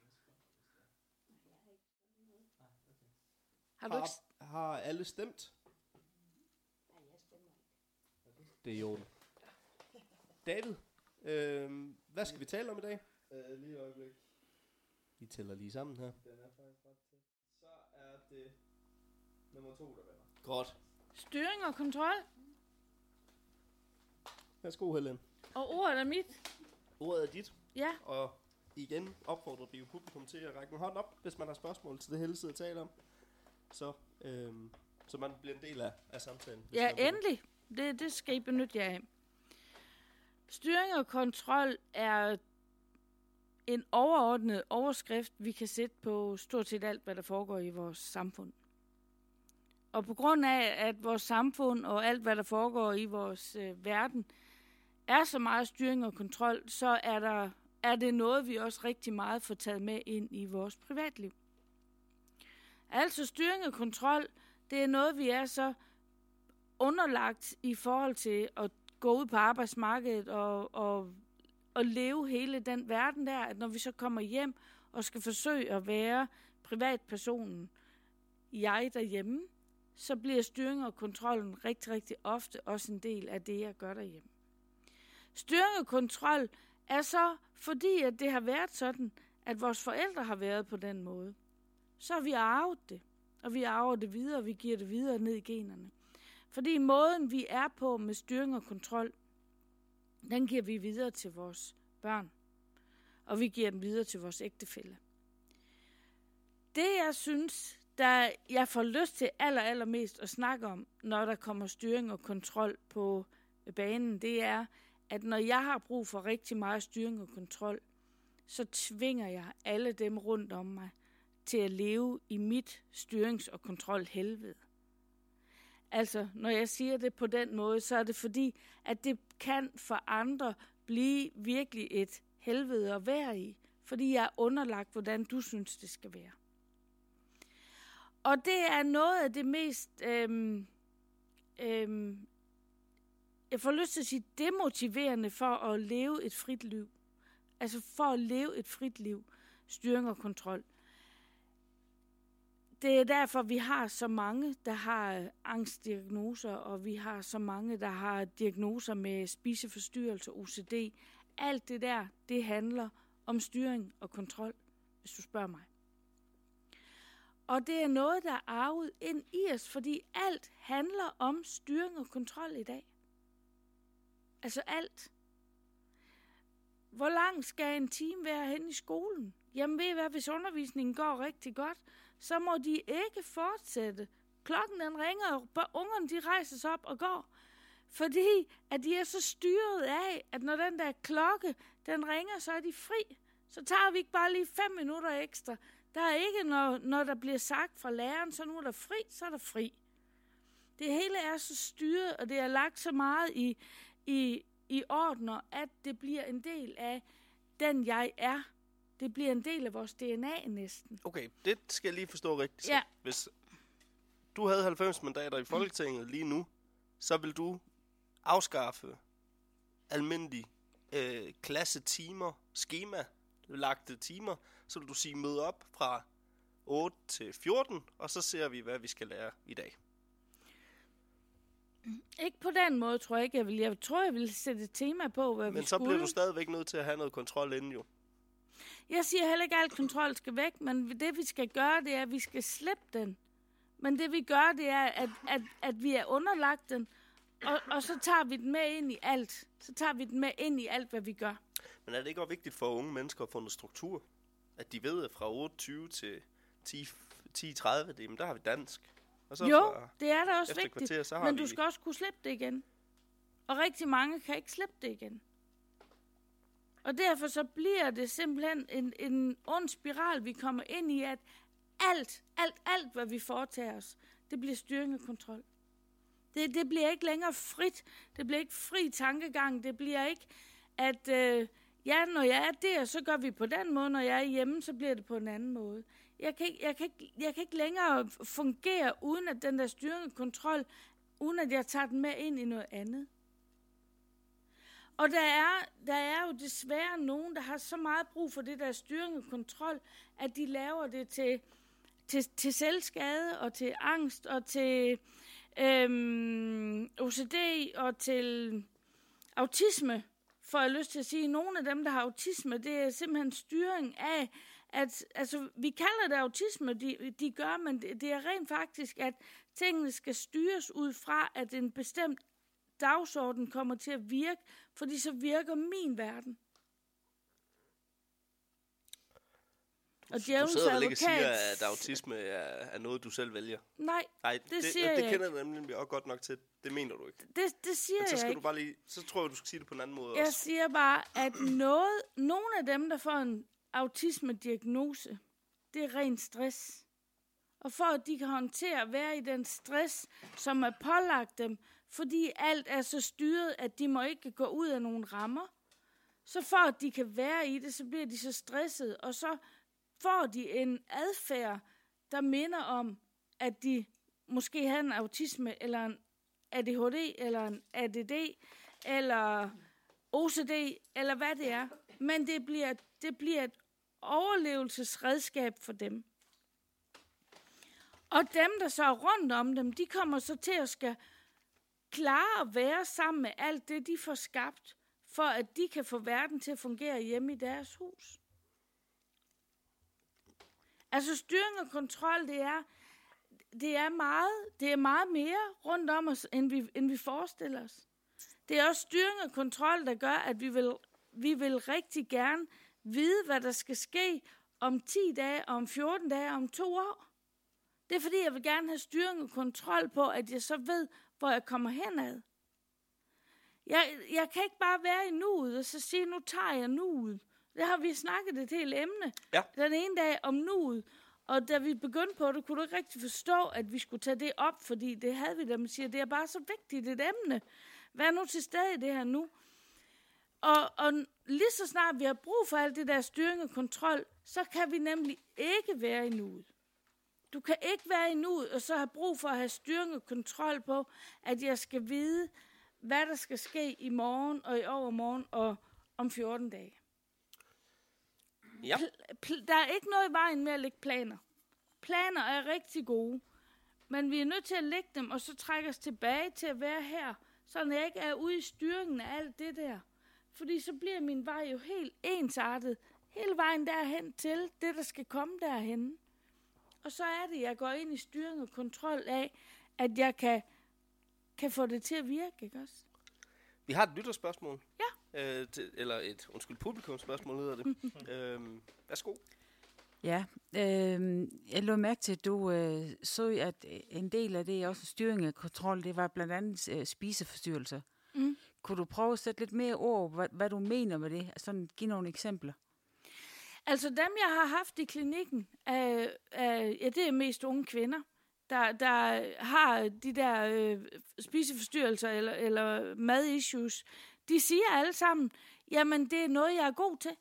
[SPEAKER 1] Har du ikke...
[SPEAKER 2] Har alle stemt? Det er jo. David, hvad skal vi tale om i dag?
[SPEAKER 4] Lige et øjeblik.
[SPEAKER 2] Vi tæller lige sammen her.
[SPEAKER 4] Den er faktisk ret tæt. Så er det nummer 2, der vinder.
[SPEAKER 2] Godt.
[SPEAKER 1] Styring og kontrol,
[SPEAKER 2] Værsgo, Helen.
[SPEAKER 1] og ordet er mit.
[SPEAKER 2] Ordet er dit,
[SPEAKER 1] Ja,
[SPEAKER 2] og igen opfordrer vi jo publikum til at række en hånd op, hvis man har spørgsmål til det, Helle sidder og taler om. Så man bliver en del af samtalen. hvis
[SPEAKER 1] ja,
[SPEAKER 2] man vil.
[SPEAKER 1] endelig. Det skal I benytte jer af. Styring og kontrol er en overordnet overskrift, vi kan sætte på stort set alt, hvad der foregår i vores samfund. Og på grund af, at vores samfund og alt, hvad der foregår i vores verden, er så meget styring og kontrol, så er det noget, vi også rigtig meget får taget med ind i vores privatliv. Altså styring og kontrol, det er noget, vi er så underlagt i forhold til at gå ud på arbejdsmarkedet og leve hele den verden der, at når vi så kommer hjem og skal forsøge at være privatpersonen, jeg derhjemme, så bliver styring og kontrollen rigtig, rigtig ofte også en del af det, jeg gør derhjemme. Styring og kontrol er så, fordi at det har været sådan, at vores forældre har været på den måde. Så har vi arvet det, og vi arver det videre, og vi giver det videre ned i generne. Fordi måden, vi er på med styring og kontrol, den giver vi videre til vores børn, og vi giver den videre til vores ægtefælle. Det, jeg synes, der jeg får lyst til allermest at snakke om, når der kommer styring og kontrol på banen, det er, at når jeg har brug for rigtig meget styring og kontrol, så tvinger jeg alle dem rundt om mig til at leve i mit styrings- og kontrolhelvede. Altså, når jeg siger det på den måde, så er det fordi, at det kan for andre blive virkelig et helvede at være i, fordi jeg er underlagt, hvordan du synes, det skal være. Og det er noget af det mest, jeg får lyst til at sige, demotiverende for at leve et frit liv. Altså for at leve et frit liv, styring og kontrol. Det er derfor, vi har så mange, der har angstdiagnoser, og vi har så mange, der har diagnoser med spiseforstyrrelser, OCD. Alt det der, det handler om styring og kontrol, hvis du spørger mig. Og det er noget, der er arvet ind i os, fordi alt handler om styring og kontrol i dag. Altså alt. Hvor lang skal en time være hen i skolen? Jamen ved I hvad, hvis undervisningen går rigtig godt, så må de ikke fortsætte klokken den ringer, og ungerne de rejser sig op og går. Fordi at de er så styret af, at når den der klokke, den ringer, så er de fri. Så tager vi ikke bare lige 5 minutter ekstra. Der er ikke, når der bliver sagt fra læreren, så nu er der fri, så er der fri. Det hele er så styret, og det er lagt så meget i ordner, at det bliver en del af den, jeg er. Det bliver en del af vores DNA næsten.
[SPEAKER 2] Okay, det skal jeg lige forstå rigtigt.
[SPEAKER 1] Ja.
[SPEAKER 2] Hvis du havde 90 mandater i Folketinget lige nu, så vil du afskaffe almindelige klassetimer, lagte timer, så vil du sige møde op fra 8 til 14, og så ser vi, hvad vi skal lære i dag.
[SPEAKER 1] Ikke på den måde, tror jeg ikke, jeg vil. Jeg tror, jeg vil sætte et tema på, hvad vi skulle.
[SPEAKER 2] Men så bliver du stadigvæk nødt til at have noget kontrol inden jo.
[SPEAKER 1] Jeg siger heller ikke, at al kontrol skal væk, men det vi skal gøre, det er, at vi skal slippe den. Men det vi gør, det er, at vi er underlagt den, og så tager vi den med ind i alt. Så tager vi den med ind i alt, hvad vi gør.
[SPEAKER 2] Men er det ikke også vigtigt for unge mennesker at få noget struktur? At de ved, at fra 8.20 til 10.30, der har vi dansk. Og så
[SPEAKER 1] jo, det er da også vigtigt,
[SPEAKER 2] kvarter,
[SPEAKER 1] men du skal også kunne slippe det igen. Og rigtig mange kan ikke slippe det igen. Og derfor så bliver det simpelthen en ond spiral, vi kommer ind i, at alt, hvad vi foretager os, det bliver styring og kontrol. Det bliver ikke længere frit. Det bliver ikke fri tankegang. Det bliver ikke, at når jeg er der, så gør vi på den måde. Når jeg er hjemme, så bliver det på en anden måde. Jeg kan ikke længere fungere uden at den der styring og kontrol, uden at jeg tager den med ind i noget andet. Og der er jo desværre nogen, der har så meget brug for det der styring og kontrol, at de laver det til selvskade og til angst og til OCD og til autisme. For jeg har lyst til at sige, at nogle af dem, der har autisme, det er simpelthen styring af, at altså, vi kalder det autisme, de gør, men det er rent faktisk, at tingene skal styres ud fra, at en bestemt dagsorden kommer til at virke, fordi så virker min verden.
[SPEAKER 2] Du sidder vel ikke og siger, at autisme er noget, du selv vælger?
[SPEAKER 1] Nej, det siger jeg
[SPEAKER 2] ikke.
[SPEAKER 1] Det
[SPEAKER 2] kender jeg nemlig også godt nok til. Det mener du ikke.
[SPEAKER 1] Det siger
[SPEAKER 2] så skal
[SPEAKER 1] jeg
[SPEAKER 2] du bare lige, så tror jeg, du skal sige det på en anden måde
[SPEAKER 1] jeg
[SPEAKER 2] også.
[SPEAKER 1] siger bare, at nogle af dem, der får en autisme-diagnose, det er ren stress. Og for at de kan håndtere at være i den stress, som er pålagt dem, fordi alt er så styret, at de må ikke gå ud af nogle rammer, så for at de kan være i det, så bliver de så stressede, og så får de en adfærd, der minder om, at de måske har en autisme, eller en ADHD, eller en ADD, eller OCD, eller hvad det er. Men det bliver et overlevelsesredskab for dem. Og dem, der så er rundt om dem, de kommer så til at skal klare at være sammen med alt det, de får skabt, for at de kan få verden til at fungere hjemme i deres hus. Altså styring og kontrol, det er meget mere rundt om os, end vi forestiller os. Det er også styring og kontrol, der gør, at vi vil rigtig gerne vide, hvad der skal ske om 10 dage, om 14 dage, om 2 år. Det er fordi, jeg vil gerne have styring og kontrol på, at jeg så ved, hvor jeg kommer henad. Jeg kan ikke bare være i nuet, og så sige, nu tager jeg nuet. Det har vi snakket et helt emne.
[SPEAKER 2] Ja.
[SPEAKER 1] Den ene dag om nuet. Og da vi begyndte på det, kunne du ikke rigtig forstå, at vi skulle tage det op, fordi det havde vi, der man siger, det er bare så vigtigt et emne. Vær nu til stede i det her nu. Og lige så snart vi har brug for alt det der styring og kontrol, så kan vi nemlig ikke være i nuet. Du kan ikke være i nuet, og så have brug for at have styring og kontrol på, at jeg skal vide, hvad der skal ske i morgen og i overmorgen og om 14 dage.
[SPEAKER 2] Ja.
[SPEAKER 1] Der er ikke noget i vejen med at lægge planer. Planer er rigtig gode, men vi er nødt til at lægge dem, og så trække os tilbage til at være her, så jeg ikke er ude i styringen af alt det der. Fordi så bliver min vej jo helt ensartet, hele vejen derhen til det, der skal komme derhen. Og så er det, jeg går ind i styring og kontrol af, at jeg kan få det til at virke, ikke også?
[SPEAKER 2] Vi har et lytterspørgsmål.
[SPEAKER 1] Ja.
[SPEAKER 2] Eller et, publikumsspørgsmål hedder det. Værsgo.
[SPEAKER 6] Ja, jeg lå mærke til, at du så, at en del af det, også styring og kontrol, det var blandt andet spiseforstyrrelser.
[SPEAKER 1] Mm.
[SPEAKER 6] Kunne du prøve at sætte lidt mere ord, hvad du mener med det? Altså, give nogle eksempler.
[SPEAKER 1] Altså dem, jeg har haft i klinikken, det er mest unge kvinder, der har de der spiseforstyrrelser eller madissues. De siger alle sammen, jamen det er noget, jeg er god til.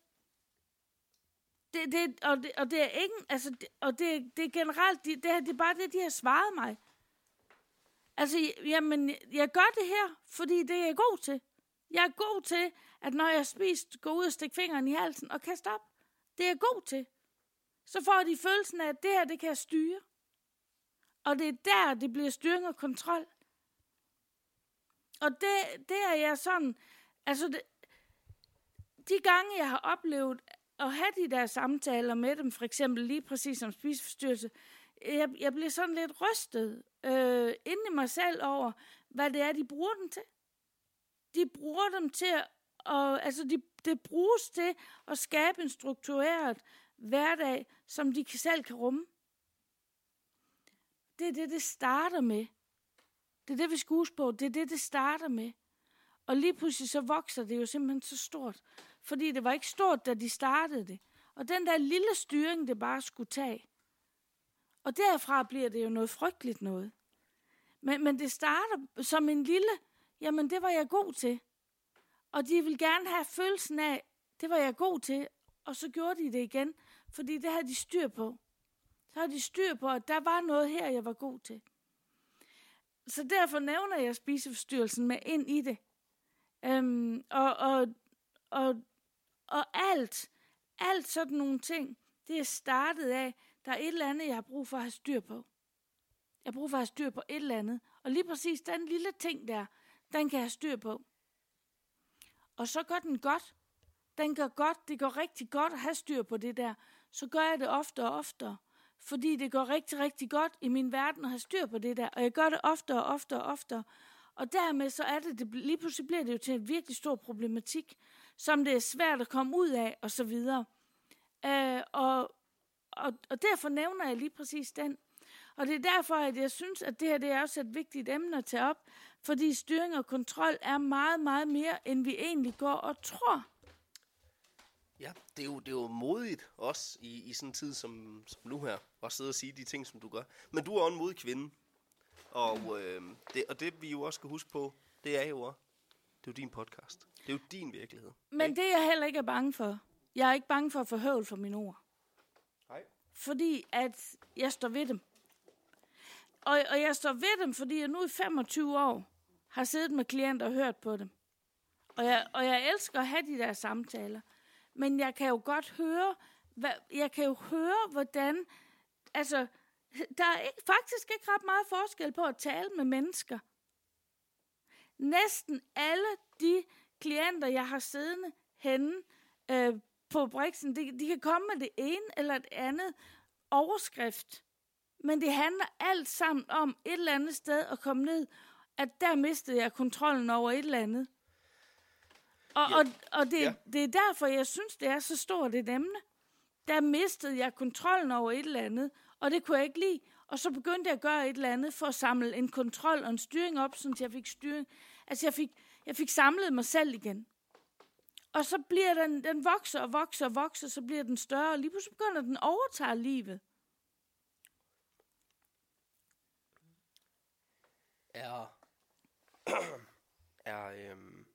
[SPEAKER 1] Det er ikke, altså, det er generelt, det er bare det, de har svaret mig. Altså, jamen, jeg gør det her, fordi det er jeg god til. Jeg er god til, at når jeg har spist, gå ud og stikke fingeren i halsen og kaste op. Det er jeg god til. Så får de følelsen af, at det her, det kan jeg styre. Og det er der, det bliver styring og kontrol. Og det er jeg sådan, altså de gange, jeg har oplevet at have de der samtaler med dem, for eksempel lige præcis som spiseforstyrrelse, jeg bliver sådan lidt rystet inde i mig selv over, hvad det er, de bruger dem til. De bruger dem til det bruges til at skabe en struktureret hverdag, som de selv kan rumme. Det er det starter med. Det er det, vi skal huske på. Det er det starter med. Og lige pludselig så vokser det jo simpelthen så stort. Fordi det var ikke stort, da de startede det. Og den der lille styring, det bare skulle tage. Og derfra bliver det jo noget frygteligt noget. Men det starter som en lille, jamen det var jeg god til. Og de vil gerne have følelsen af, det var jeg god til. Og så gjorde de det igen. Fordi det havde de styr på. Så havde de styr på, at der var noget her, jeg var god til. Så derfor nævner jeg spiseforstyrrelsen med ind i det. Og alt sådan nogle ting, det er startet af, der er et eller andet, jeg har brug for at have styr på. Jeg har brug for at have styr på et eller andet. Og lige præcis den lille ting der, den kan jeg have styr på. Og så gør den godt. Den gør godt. Det går rigtig godt at have styr på det der. Så gør jeg det oftere og oftere. Fordi det går rigtig, rigtig godt i min verden at have styr på det der. Og jeg gør det oftere og oftere og oftere. Og dermed så er det lige pludselig bliver det jo til en virkelig stor problematik, som det er svært at komme ud af, og så videre. Og derfor nævner jeg lige præcis den. Og det er derfor, at jeg synes, at det her det er også et vigtigt emne at tage op, fordi styring og kontrol er meget, meget mere, end vi egentlig går og tror.
[SPEAKER 2] Ja, det er jo modigt også i sådan en tid som nu her, at sidde og sige de ting, som du gør. Men du er også en modig kvinde. Og det vi jo også skal huske på, det er jo din podcast. Det er jo din virkelighed.
[SPEAKER 1] Men det jeg heller ikke er bange for. Jeg er ikke bange for at få høvl for mine ord.
[SPEAKER 2] Nej. Fordi
[SPEAKER 1] at jeg står ved dem. Og jeg står ved dem, fordi jeg nu i 25 år har siddet med klienter og hørt på dem. Og jeg elsker at have de der samtaler. Men jeg kan jo godt høre, hvordan, altså, der er faktisk ikke ret meget forskel på at tale med mennesker. Næsten alle de klienter, jeg har siddende henne på Brixen, de kan komme med det ene eller et andet overskrift. Men det handler alt sammen om et eller andet sted at komme ned, at der mistede jeg kontrollen over et eller andet. Og det er derfor, jeg synes, det er så stort et emne. Der mistede jeg kontrollen over et eller andet, og det kunne jeg ikke lide. Og så begyndte jeg at gøre et eller andet for at samle en kontrol og en styring op, så jeg fik styring. Altså jeg fik samlet mig selv igen. Og så bliver den vokser og vokser og vokser, så bliver den større, og lige pludselig begynder den at overtage livet.
[SPEAKER 2] Er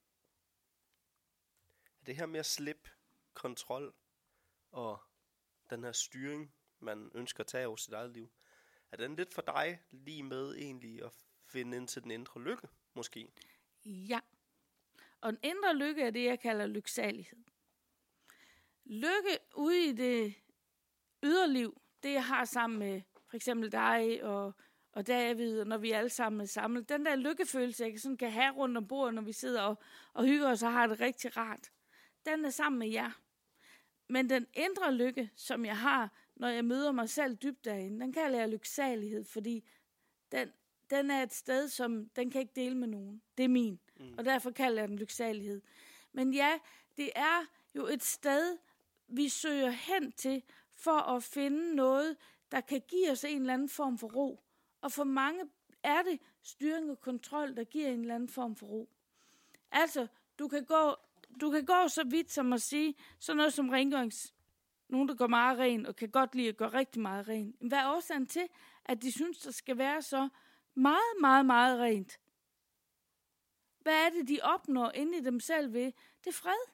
[SPEAKER 2] det her med at slippe kontrol og den her styring, man ønsker at tage over sit eget liv, er den lidt for dig lige med egentlig at finde ind til den indre lykke, måske?
[SPEAKER 1] Ja. Og den indre lykke er det, jeg kalder lyksalighed. Lykke ude i det yderliv, det jeg har sammen med for eksempel dig og David, og når vi alle sammen er samlet. Den der lykkefølelse, jeg sådan kan have rundt om bordet, når vi sidder og hygger os og har det rigtig rart, den er sammen med jer. Men den indre lykke, som jeg har, når jeg møder mig selv dybt derinde, den kalder jeg lyksalighed, fordi den er et sted, som den kan ikke dele med nogen. Det er min, og derfor kalder jeg den lyksalighed. Men ja, det er jo et sted, vi søger hen til, for at finde noget, der kan give os en eller anden form for ro. Og for mange er det styring og kontrol, der giver en eller anden form for ro. Altså, du kan gå så vidt som at sige, sådan noget som nogen, der går meget ren, og kan godt lide at gøre rigtig meget ren. Hvad er årsagen til, at de synes, der skal være så meget, meget, meget rent? Hvad er det, de opnår inde i dem selv ved? Det er fred.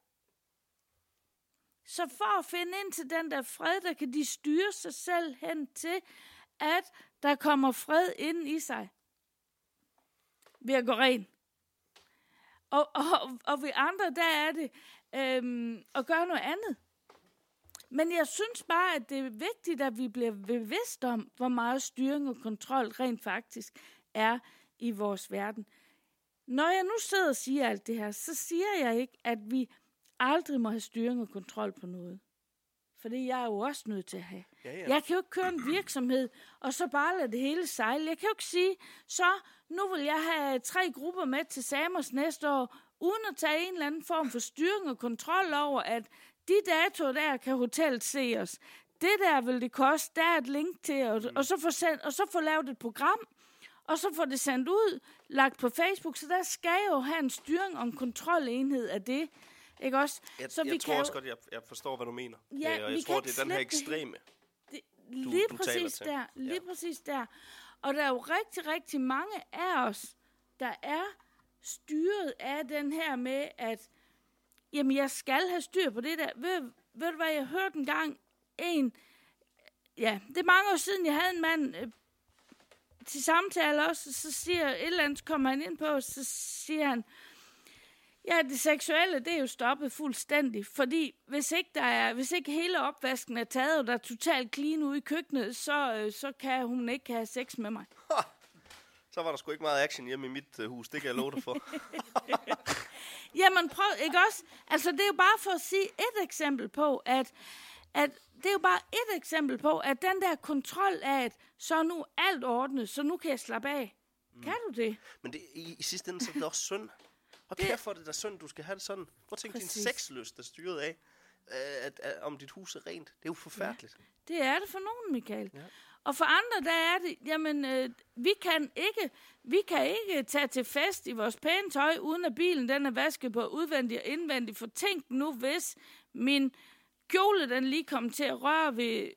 [SPEAKER 1] Så for at finde ind til den der fred, der kan de styre sig selv hen til, at der kommer fred ind i sig. Ved at gå ren. Og ved andre, der er det at gøre noget andet. Men jeg synes bare, at det er vigtigt, at vi bliver bevidst om, hvor meget styring og kontrol rent faktisk er i vores verden. Når jeg nu sidder og siger alt det her, så siger jeg ikke, at vi aldrig må have styring og kontrol på noget. For det er jeg jo også nødt til at have. Ja. Jeg kan jo ikke køre en virksomhed, og så bare lade det hele sejle. Jeg kan jo ikke sige, så nu vil jeg have 3 grupper med til Samos næste år, uden at tage en eller anden form for styring og kontrol over, at de datoer der kan hotellet se os. Det der vil det koste, der er et link til, og så få lavet et program, og så få det sendt ud, lagt på Facebook, så der skal jo have en styring og en kontrolenhed af det. Ikke også?
[SPEAKER 2] Jeg tror også godt, jeg forstår, hvad du mener.
[SPEAKER 1] Ja,
[SPEAKER 2] og jeg tror, det er den her ekstreme,
[SPEAKER 1] lige præcis der. Og der er jo rigtig, rigtig mange af os, der er styret af den her med, at jamen, jeg skal have styr på det der. Ved du hvad, jeg hørte engang det er mange år siden, jeg havde en mand til samtale også, så siger et eller andet, kommer han ind på, så siger han, ja, det seksuelle, det er jo stoppet fuldstændig, fordi hvis ikke hele opvasken er taget, og der er totalt clean ude i køkkenet, så kan hun ikke have sex med mig.
[SPEAKER 2] Så var der sgu ikke meget action hjemme i mit hus, det kan jeg love dig for.
[SPEAKER 1] Jamen prøv, ikke også? Altså det er jo bare for at sige et eksempel på, at det er jo bare et eksempel på, at den der kontrol af, at så er nu alt ordnet, så nu kan jeg slappe af. Kan du det?
[SPEAKER 2] Men det, i sidste ende, så er det også synd. Og derfor er det da synd, du skal have det sådan. Prøv at tænke, din sexlyst er styret af, om dit hus er rent. Det er jo forfærdeligt.
[SPEAKER 1] Ja, det er det for nogen, Michael. Ja. Og for andre, der er det, jamen, vi kan ikke tage til fest i vores pæne tøj, uden at bilen den er vasket på udvendigt og indvendigt. For tænk nu, hvis min kjole, den lige kommer til at røre ved,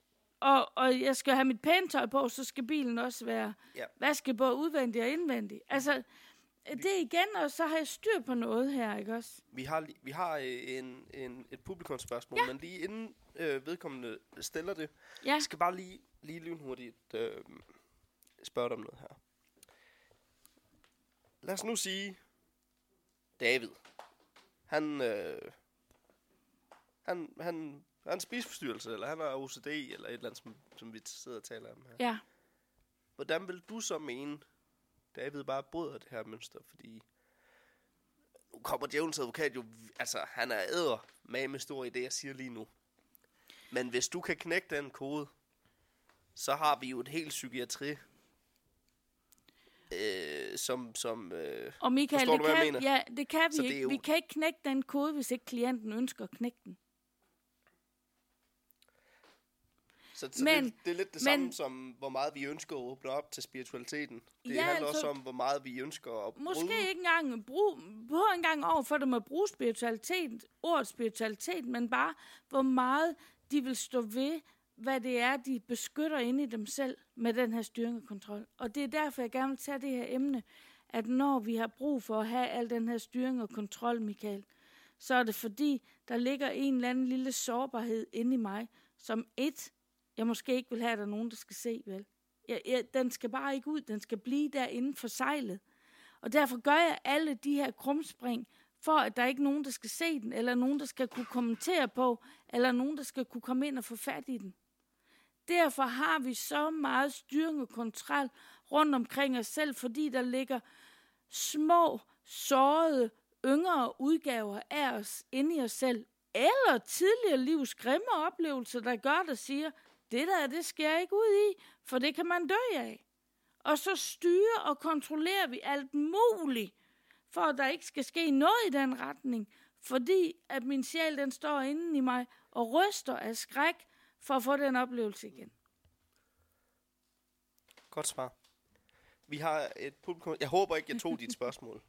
[SPEAKER 1] og jeg skal have mit pæne tøj på, så skal bilen også være vasket på udvendigt og indvendigt. Altså, det er igen, og så har jeg styr på noget her, ikke også?
[SPEAKER 2] Vi har et publikumsspørgsmål, men lige inden vedkommende stiller det, skal bare lige lynhurtigt spørge dig om noget her. Lad os nu sige, David, han har en spiseforstyrrelse, eller han har OCD, eller et eller andet, som vi sidder og taler om her.
[SPEAKER 1] Ja.
[SPEAKER 2] Hvordan vil du så mene, David bare bryder det her mønster? Fordi nu kommer djævelens advokat jo, altså han er æder med stor i det, jeg siger lige nu. Men hvis du kan knække den kode, så har vi jo et helt psykiatri,
[SPEAKER 1] og Michael,
[SPEAKER 2] forstår du, hvad jeg mener?
[SPEAKER 1] Ja, det kan vi ikke. Vi kan ikke knække den kode, hvis ikke klienten ønsker at knække den.
[SPEAKER 2] Så det er lidt det samme som, hvor meget vi ønsker at åbne op til spiritualiteten. Det handler også om, hvor meget vi ønsker at bruge.
[SPEAKER 1] Måske ikke engang over for dem at bruge ordet spiritualitet, men bare, hvor meget de vil stå ved, hvad det er, de beskytter inde i dem selv med den her styring og kontrol. Og det er derfor, jeg gerne vil tage det her emne, at når vi har brug for at have al den her styring og kontrol, Michael, så er det fordi, der ligger en eller anden lille sårbarhed inde i mig, som jeg måske ikke vil have, at der er nogen, der skal se, vel? Den skal bare ikke ud, den skal blive derinde for sejlet. Og derfor gør jeg alle de her krumspring, for at der ikke er nogen, der skal se den, eller nogen, der skal kunne kommentere på, eller nogen, der skal kunne komme ind og få fat i den. Derfor har vi så meget styring og kontrol rundt omkring os selv, fordi der ligger små, sårede, yngre udgaver af os inde i os selv, eller tidligere livs grimme oplevelser, der gør, der siger, det skal jeg ikke ud i, for det kan man dø af. Og så styrer og kontrollerer vi alt muligt, for at der ikke skal ske noget i den retning, fordi at min sjæl, den står inde i mig og ryster af skræk for at få den oplevelse igen.
[SPEAKER 2] Godt svar. Vi har et publikum. Jeg håber ikke, jeg tog dit spørgsmål.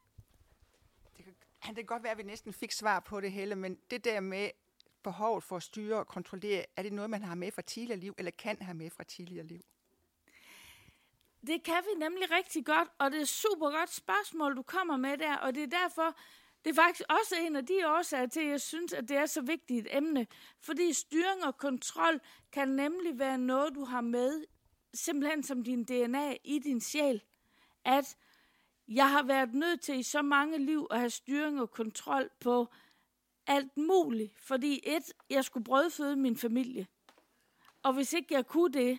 [SPEAKER 7] Det kan godt være, at vi næsten fik svar på det hele, men det der med behovet for at styre og kontrollere, er det noget, man har med fra tidligere liv, eller kan have med fra tidligere liv?
[SPEAKER 1] Det kan vi nemlig rigtig godt, og det er et super godt spørgsmål, du kommer med der, og det er derfor, det er faktisk også en af de årsager til, at jeg synes, at det er så vigtigt et emne, fordi styring og kontrol kan nemlig være noget, du har med, simpelthen som din DNA i din sjæl, at jeg har været nødt til i så mange liv at have styring og kontrol på alt muligt, fordi jeg skulle brødføde min familie, og hvis ikke jeg kunne det,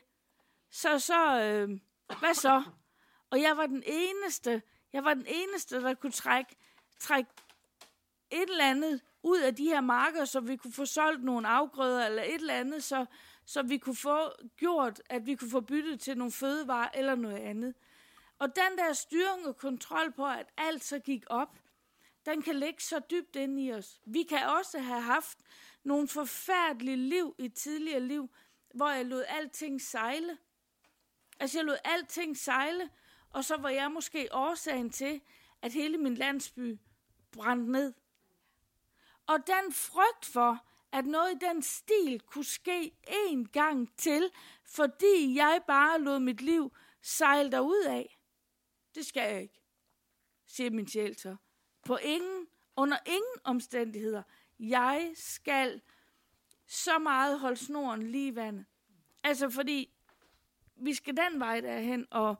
[SPEAKER 1] hvad så? Og jeg var den eneste, der kunne trække et eller andet ud af de her marker, så vi kunne få solgt nogle afgrøder eller et eller andet, så vi kunne få gjort, at vi kunne få byttet til nogle fødevarer eller noget andet. Og den der styring og kontrol på, at alt så gik op, den kan ligge så dybt inde i os. Vi kan også have haft nogle forfærdelige liv i tidligere liv, hvor jeg lod alting sejle. Altså jeg lod alting sejle, og så var jeg måske årsagen til, at hele min landsby brændte ned. Og den frygt for, at noget i den stil kunne ske en gang til, fordi jeg bare lod mit liv sejle derudad. Det skal jeg ikke, siger min sjæl så. Under ingen omstændigheder. Jeg skal så meget holde snoren lige i vandet. Altså fordi vi skal den vej derhen, og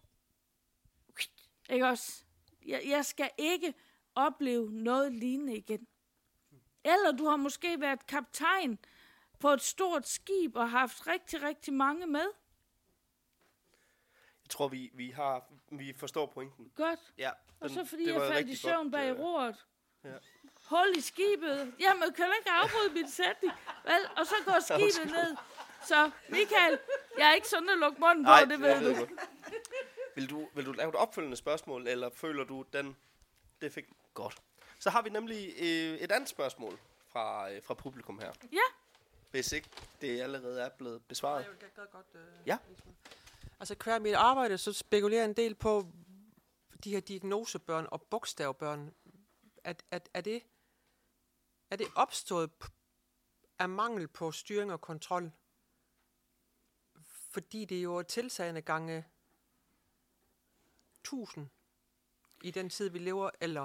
[SPEAKER 1] ikke også? Jeg skal ikke opleve noget lignende igen. Eller du har måske været kaptajn på et stort skib og haft rigtig, rigtig mange med.
[SPEAKER 2] Jeg tror, vi forstår pointen.
[SPEAKER 1] Godt.
[SPEAKER 2] Ja,
[SPEAKER 1] og så fordi jeg faldt i søvn bag roret. Ja. Hul i skibet. Jamen, kan du ikke afbryde min sætning? Vel? Og så går skibet ned. Så, Michael, jeg er ikke sådan at lukke munden på, det ved du.
[SPEAKER 2] Vil du lave et opfølgende spørgsmål, eller føler du den? Det fik godt. Så har vi nemlig et andet spørgsmål fra publikum her.
[SPEAKER 1] Ja.
[SPEAKER 2] Hvis ikke det allerede er blevet besvaret.
[SPEAKER 8] Jeg kan godt.
[SPEAKER 2] Ja.
[SPEAKER 8] Altså hver mit arbejde, så spekulerer jeg en del på de her diagnosebørn og bogstavbørn. Er det opstået af mangel på styring og kontrol? Fordi det jo er tilsagende gange 1000 i den tid, vi lever, eller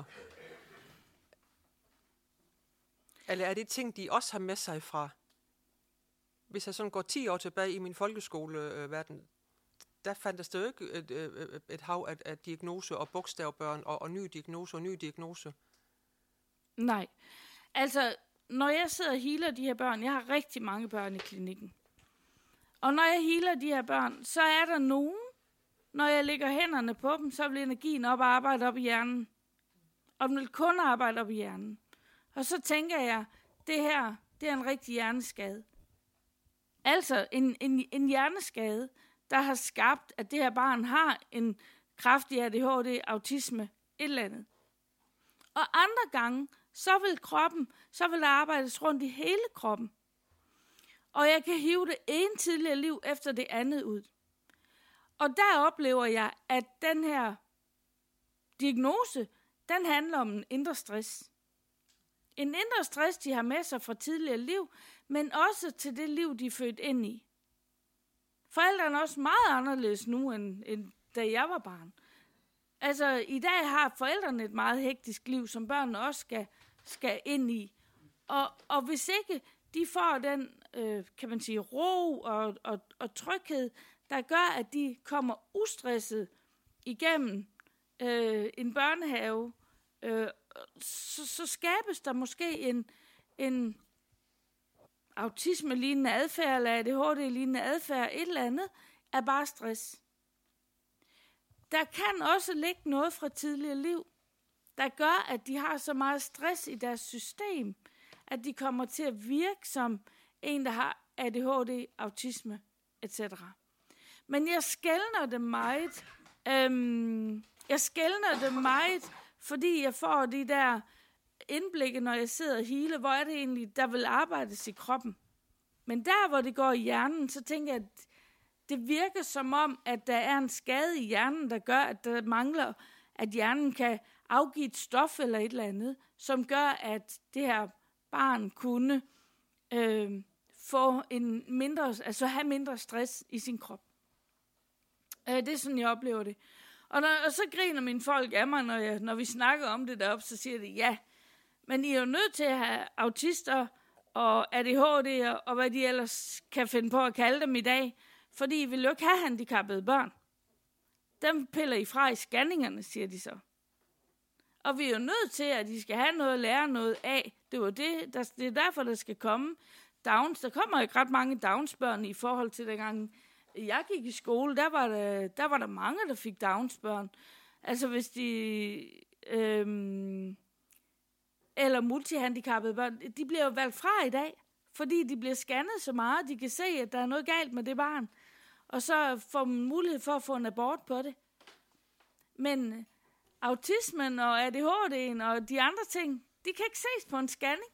[SPEAKER 8] er det ting, de også har med sig fra? Hvis jeg sådan går 10 år tilbage i min folkeskoleverden, der fandtes det jo ikke et hav af diagnoser og bogstavbørn og nye diagnoser.
[SPEAKER 1] Nej. Altså, når jeg sidder og healer de her børn, jeg har rigtig mange børn i klinikken. Og når jeg healer de her børn, så er der nogen, når jeg lægger hænderne på dem, så vil energien op og arbejde op i hjernen. Og den vil kun arbejde op i hjernen. Og så tænker jeg, det her, det er en rigtig hjerneskade. Altså en hjerneskade, der har skabt, at det her barn har en kraftig ADHD, autisme, et eller andet. Og andre gange, så vil der arbejdes rundt i hele kroppen. Og jeg kan hive det ene tidligere liv efter det andet ud. Og der oplever jeg, at den her diagnose, den handler om en indre stress. En indre stress, de har med sig fra tidligere liv, men også til det liv, de er født ind i. Forældrene er også meget anderledes nu, end da jeg var barn. Altså, i dag har forældrene et meget hektisk liv, som børnene også skal ind i. Og hvis ikke de får den, kan man sige, ro og tryghed, der gør, at de kommer ustresset igennem en børnehave, så skabes der måske en autisme-lignende adfærd, eller ADHD-lignende adfærd, et eller andet, er bare stress. Der kan også ligge noget fra tidligere liv, der gør, at de har så meget stress i deres system, at de kommer til at virke som en, der har ADHD, autisme, etc. Men jeg skelner det meget, fordi jeg får de der indblikke, når jeg sidder og healer, hvor er det egentlig, der vil arbejdes i kroppen. Men der, hvor det går i hjernen, så tænker jeg, at det virker som om, at der er en skade i hjernen, der gør, at der mangler, at hjernen kan afgive et stof eller et eller andet, som gør, at det her barn kunne få have mindre stress i sin krop. Det er sådan, jeg oplever det. Og så griner mine folk af mig, når vi snakker om det deroppe, så siger de, ja, men I er jo nødt til at have autister og ADHD og hvad de ellers kan finde på at kalde dem i dag, fordi I vil jo ikke have handicappede børn. Dem piller I fra i scanningerne, siger de så. Og vi er jo nødt til, at de skal have noget at lære noget af. Det er derfor, der skal komme Downs. Der kommer ikke ret mange Downs-børn i forhold til dengang jeg gik i skole. Der var der mange, der fik Downs-børn. Altså hvis de... eller multihandicappede børn, de bliver jo valgt fra i dag, fordi de bliver scannet så meget, de kan se, at der er noget galt med det barn, og så får man mulighed for at få en abort på det. Men autismen og ADHD'en og de andre ting, de kan ikke ses på en scanning.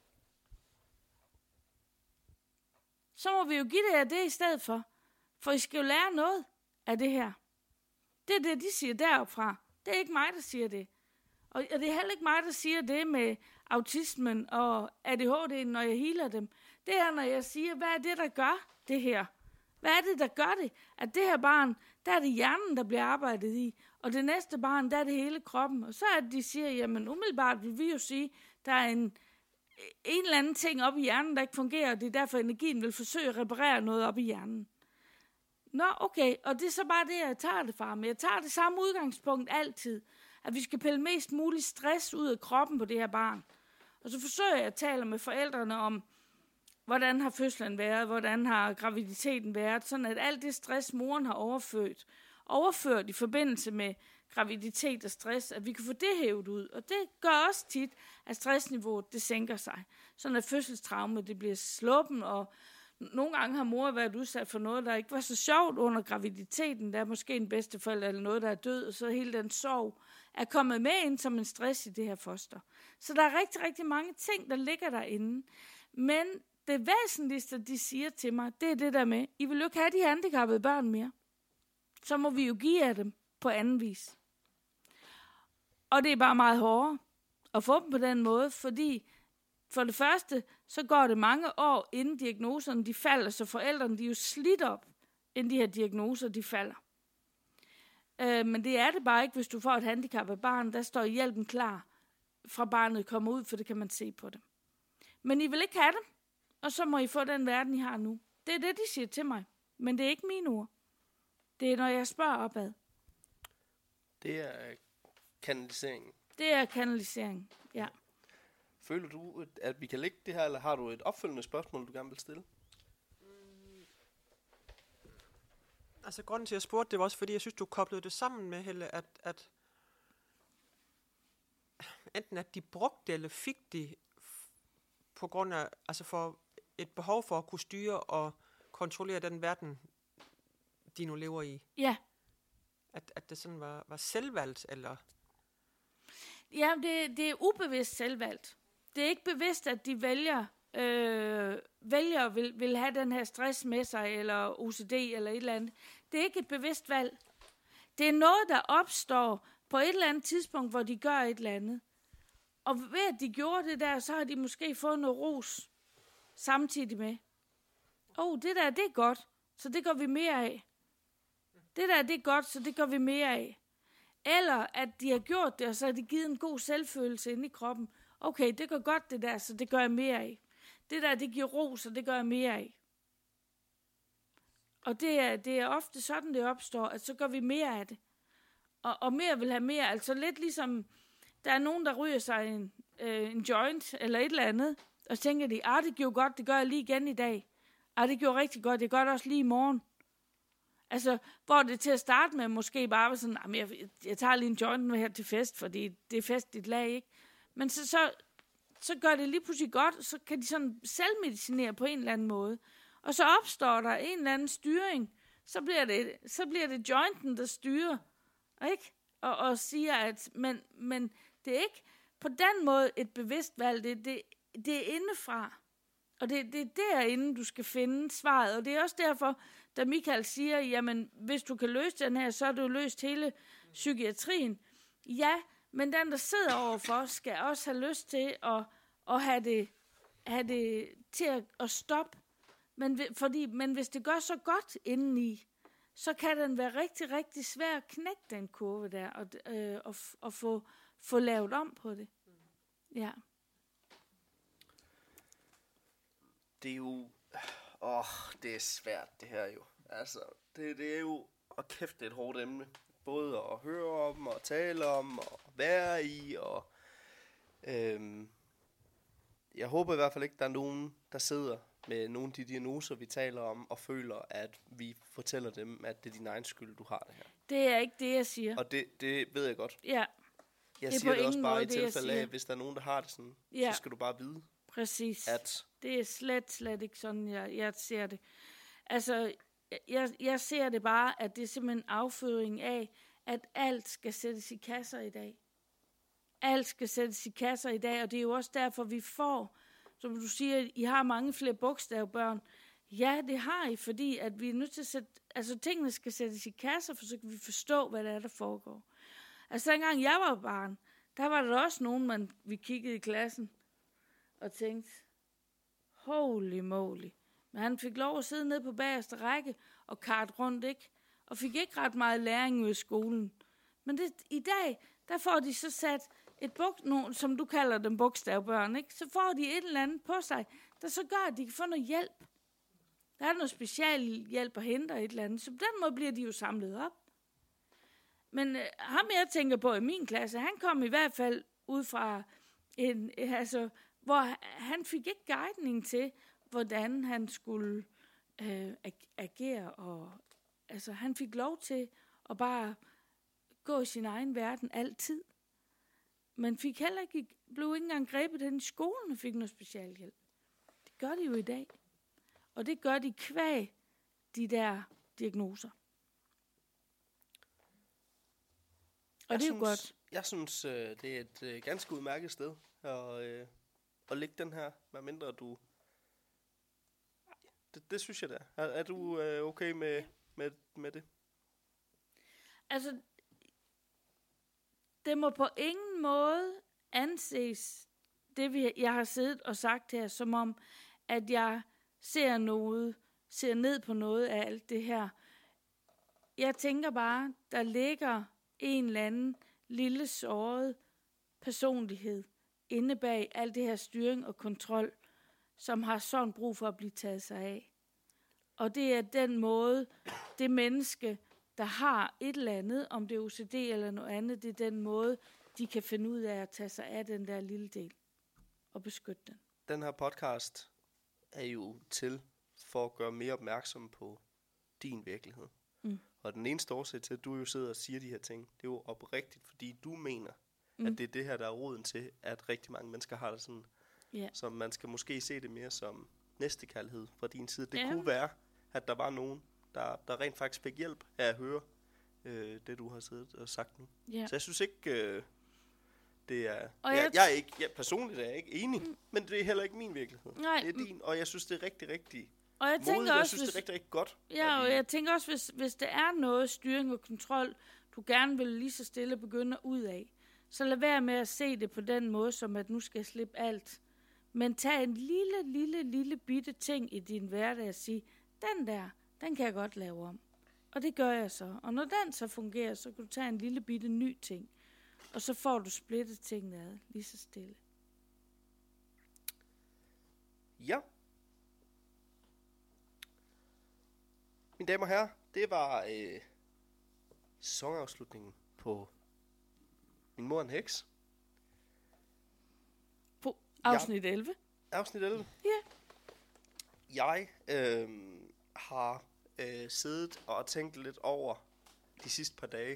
[SPEAKER 1] Så må vi jo give det i stedet for I skal jo lære noget af det her. Det er det, de siger deroppe fra. Det er ikke mig, der siger det. Og det er heller ikke mig, der siger det med autismen og ADHD, når jeg healer dem. Det er, når jeg siger, hvad er det, der gør det her? Hvad er det, der gør det? At det her barn, der er det hjernen, der bliver arbejdet i. Og det næste barn, der er det hele kroppen. Og så er det, de siger, jamen umiddelbart vil vi jo sige, der er en eller anden ting op i hjernen, der ikke fungerer. Og det er derfor, energien vil forsøge at reparere noget op i hjernen. Nå, okay. Og det er så bare det, jeg tager det fra. Men jeg tager det samme udgangspunkt altid. At vi skal pille mest muligt stress ud af kroppen på det her barn. Og så forsøger jeg at tale med forældrene om, hvordan har fødslen været, hvordan har graviditeten været, sådan at alt det stress, moren har overført i forbindelse med graviditet og stress, at vi kan få det hævet ud. Og det gør også tit, at stressniveauet det sænker sig. Sådan at fødselstraume det bliver sluppen, og nogle gange har mor været udsat for noget, der ikke var så sjovt under graviditeten. Der er måske en bedsteforælder eller noget, der er død, og så hele den sorg er kommet med ind som en stress i det her foster. Så der er rigtig, rigtig mange ting, der ligger derinde. Men det væsentligste, de siger til mig, det er det der med, I vil jo ikke have de handicappede børn mere. Så må vi jo give af dem på anden vis. Og det er bare meget hårdere at få dem på den måde, fordi for det første, så går det mange år, inden diagnoserne de falder, så forældrene de er jo slidt op, inden de her diagnoser de falder. Men det er det bare ikke, hvis du får et handicappet barn, der står hjælpen klar, fra barnet kommer ud, for det kan man se på det. Men I vil ikke have dem, og så må I få den verden, I har nu. Det er det, de siger til mig, men det er ikke mine ord. Det er, når jeg spørger opad.
[SPEAKER 2] Det er kanalisering.
[SPEAKER 1] Det er kanalisering, ja.
[SPEAKER 2] Føler du, at vi kan lægge det her, eller har du et opfølgende spørgsmål, du gerne vil stille?
[SPEAKER 8] Altså grunden til, at jeg spurgte, det var også, fordi jeg synes, du koblede det sammen med, Helle, at enten at de brugte eller fik de på grund af, altså for et behov for at kunne styre og kontrollere den verden, de nu lever i.
[SPEAKER 1] Ja.
[SPEAKER 8] At det sådan var selvvalgt, eller?
[SPEAKER 1] Ja, det er ubevidst selvvalgt. Det er ikke bevidst, at de vælger vil have den her stress med sig, eller OCD, eller et eller andet. Det er ikke et bevidst valg. Det er noget, der opstår på et eller andet tidspunkt, hvor de gør et eller andet. Og ved at de gjorde det der, så har de måske fået noget ros samtidig med. Det der, det er godt, så det gør vi mere af. Det der, det er godt, så det gør vi mere af. Eller at de har gjort det, og så har de givet en god selvfølelse inde i kroppen. Okay, det går godt det der, så det gør jeg mere af. Det der, det giver ro, så det gør jeg mere af. Og det er ofte sådan, det opstår, at så gør vi mere af det. Og mere vil have mere. Altså lidt ligesom, der er nogen, der ryger sig en joint eller et eller andet, og så tænker de, det gjorde godt, det gør jeg lige igen i dag. Det gjorde rigtig godt, det gør det også lige i morgen. Altså, hvor det til at starte med måske bare var sådan, jeg tager lige en joint med her til fest, fordi det er festligt lag, ikke? Men så gør det lige pludselig godt, og så kan de sådan selvmedicinere på en eller anden måde. Og så opstår der en eller anden styring. Så bliver det jointen, der styrer, ikke? Og siger, at men det er ikke på den måde et bevidst valg, det er indefra. Og det er derinde, du skal finde svaret. Og det er også derfor, da Michael siger, jamen, hvis du kan løse den her, så har du løst hele psykiatrien. Ja, men den, der sidder overfor, skal også have lyst til at have det til at stoppe. Men hvis det gør så godt indeni, så kan den være rigtig, rigtig svær at knække den kurve der, og få lavet om på det. Ja.
[SPEAKER 2] Det er jo... det er svært, det her jo. Altså, det er jo... Og kæft, det er et hårdt emne. Både at høre om, og tale om, og være i, og... jeg håber i hvert fald ikke, der er nogen, der sidder med nogle af de diagnoser, vi taler om, og føler, at vi fortæller dem, at det er din egen skyld, du har det her.
[SPEAKER 1] Det er ikke det, jeg siger.
[SPEAKER 2] Og det ved jeg godt.
[SPEAKER 1] Ja.
[SPEAKER 2] Jeg siger det også bare i tilfælde af, hvis der er nogen, der har det sådan, så skal du bare vide.
[SPEAKER 1] Præcis.
[SPEAKER 2] At
[SPEAKER 1] det er slet ikke sådan, jeg ser det. Altså, jeg ser det bare, at det er simpelthen en afføring af, at alt skal sættes i kasser i dag. Alt skal sættes i kasser i dag, og det er jo også derfor, vi får, som du siger, I har mange flere bogstavbørn. Ja, det har I, fordi at vi er nødt til at sætte, altså tingene skal sættes i kasser, for så kan vi forstå, hvad det er, der foregår. Altså, dengang jeg var barn, der var der også nogen, vi kiggede i klassen og tænkte, holy moly. Men han fik lov at sidde nede på bagerste række og karte rundt, ikke? Og fik ikke ret meget læring ud af skolen. Men i dag, der får de så sat som du kalder dem bogstavbørn, ikke? Så får de et eller andet på sig, der så gør, at de kan få noget hjælp. Der er noget specialhjælp at hente et eller andet, så på den måde bliver de jo samlet op. Men ham jeg tænker på i min klasse, han kom i hvert fald ud fra hvor han fik ikke guidning til, hvordan han skulle agere. Og, altså, han fik lov til at bare gå i sin egen verden altid. Men blev ikke engang grebet hen i skolen og fik noget specialhjælp. Det gør de jo i dag. Og det gør de kvæg de der diagnoser. Og det er jo godt.
[SPEAKER 2] Jeg synes, det er et ganske udmærket sted at lægge den her, hvad mindre du... Det synes jeg da. Er du okay med det?
[SPEAKER 1] Altså, det må på ingen måde anses, jeg har siddet og sagt her, som om, at jeg ser ned på noget af alt det her. Jeg tænker bare, der ligger en eller anden lille såret personlighed inde bag alt det her styring og kontrol, som har sådan brug for at blive taget sig af. Og det er den måde, det menneske, der har et eller andet, om det er OCD eller noget andet, det er den måde, de kan finde ud af at tage sig af den der lille del og beskytte den.
[SPEAKER 2] Den her podcast er jo til for at gøre mere opmærksom på din virkelighed. Mm. Og den eneste årsag til, at du jo sidder og siger de her ting, det er jo oprigtigt, fordi du mener, at det er det her, der er roden til, at rigtig mange mennesker har det sådan. Yeah. Så man skal måske se det mere som næstekærlighed fra din side. Det kunne være, at der var nogen, der rent faktisk fik hjælp af at høre det, du har siddet og sagt nu. Yeah. Så jeg synes ikke, det er... personligt er jeg ikke enig, men det er heller ikke min virkelighed. Nej. Det er din, og jeg synes, det er rigtig, rigtig
[SPEAKER 1] og jeg tænker
[SPEAKER 2] modigt. Jeg synes, det er rigtig, rigtig godt.
[SPEAKER 1] Ja, og jeg tænker også, hvis det er noget styring og kontrol, du gerne vil lige så stille begynde ud af, så lad være med at se det på den måde, som at nu skal jeg slippe alt. Men tag en lille bitte ting i din hverdag og sige, den kan jeg godt lave om. Og det gør jeg så. Og når den så fungerer, så kan du tage en lille bitte ny ting. Og så får du splittet tingene ad, lige så stille.
[SPEAKER 2] Ja. Mine damer og herrer, det var sæsonafslutningen på Min mor en heks.
[SPEAKER 1] På afsnit 11.
[SPEAKER 2] Afsnit 11?
[SPEAKER 1] Ja.
[SPEAKER 2] Jeg har siddet og tænkt lidt over de sidste par dage,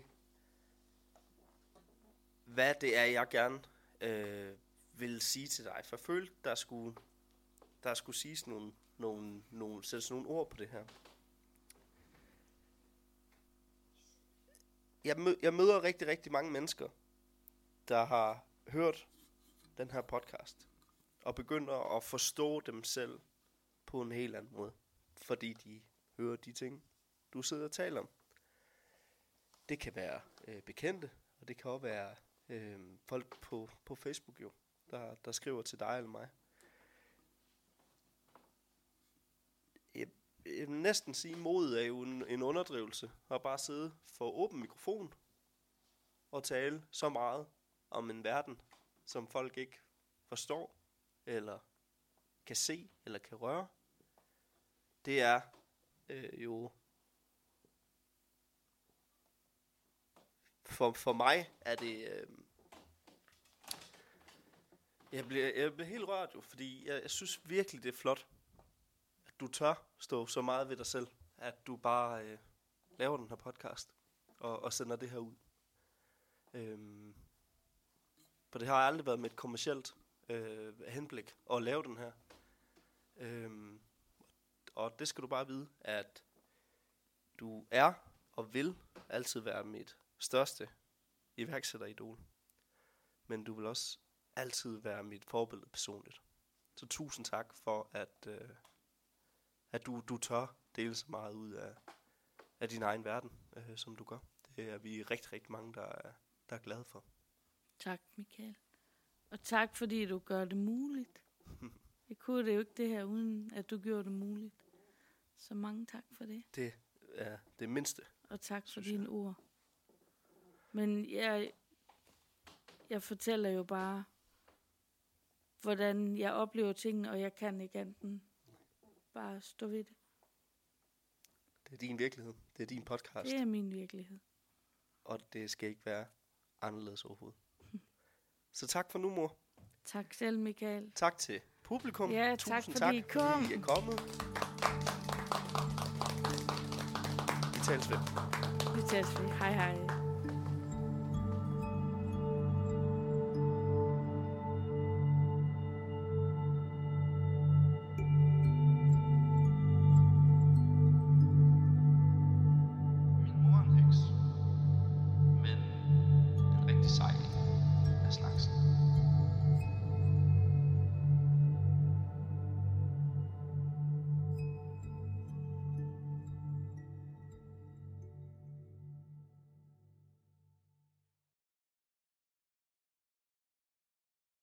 [SPEAKER 2] hvad det er, jeg gerne vil sige til dig. For jeg følte, der skulle siges sættes nogle ord på det her. Jeg møder rigtig, rigtig mange mennesker, der har hørt den her podcast, og begynder at forstå dem selv på en helt anden måde. Fordi de hører de ting, du sidder og taler om. Det kan være bekendte, og det kan også være folk på Facebook jo, der skriver til dig eller mig. Jeg vil næsten sige, modet er jo en underdrivelse at bare sidde for åben mikrofon og tale så meget om en verden, som folk ikke forstår, eller kan se, eller kan røre. Det er jo... For mig er det... Jeg bliver helt rørt jo, fordi jeg synes virkelig, det er flot, at du tør stå så meget ved dig selv, at du bare laver den her podcast og sender det her ud. For det har aldrig været med et kommercielt henblik at lave den her. Og det skal du bare vide, at du er og vil altid være mit største iværksætteridol. Men du vil også altid være mit forbillede personligt. Så tusind tak for, at du tør dele så meget ud af din egen verden, som du gør. Det er vi rigtig, rigtig mange, der er glade for.
[SPEAKER 1] Tak, Michael. Og tak, fordi du gør det muligt. Jeg kunne det jo ikke det her, uden at du gjorde det muligt. Så mange tak for det.
[SPEAKER 2] Det er det mindste.
[SPEAKER 1] Og tak for dine ord. Men jeg fortæller jo bare, hvordan jeg oplever tingene, og jeg kan ikke enten bare stå ved det.
[SPEAKER 2] Det er din virkelighed. Det er din podcast.
[SPEAKER 1] Det er min virkelighed.
[SPEAKER 2] Og det skal ikke være anderledes overhovedet. Så tak for nu, mor.
[SPEAKER 1] Tak selv, Michael.
[SPEAKER 2] Tak til publikum.
[SPEAKER 1] Ja,
[SPEAKER 2] Tusind
[SPEAKER 1] tak fordi I kom.
[SPEAKER 2] I er kommet. Vi tales ved.
[SPEAKER 1] Vi tales ved. Hej hej.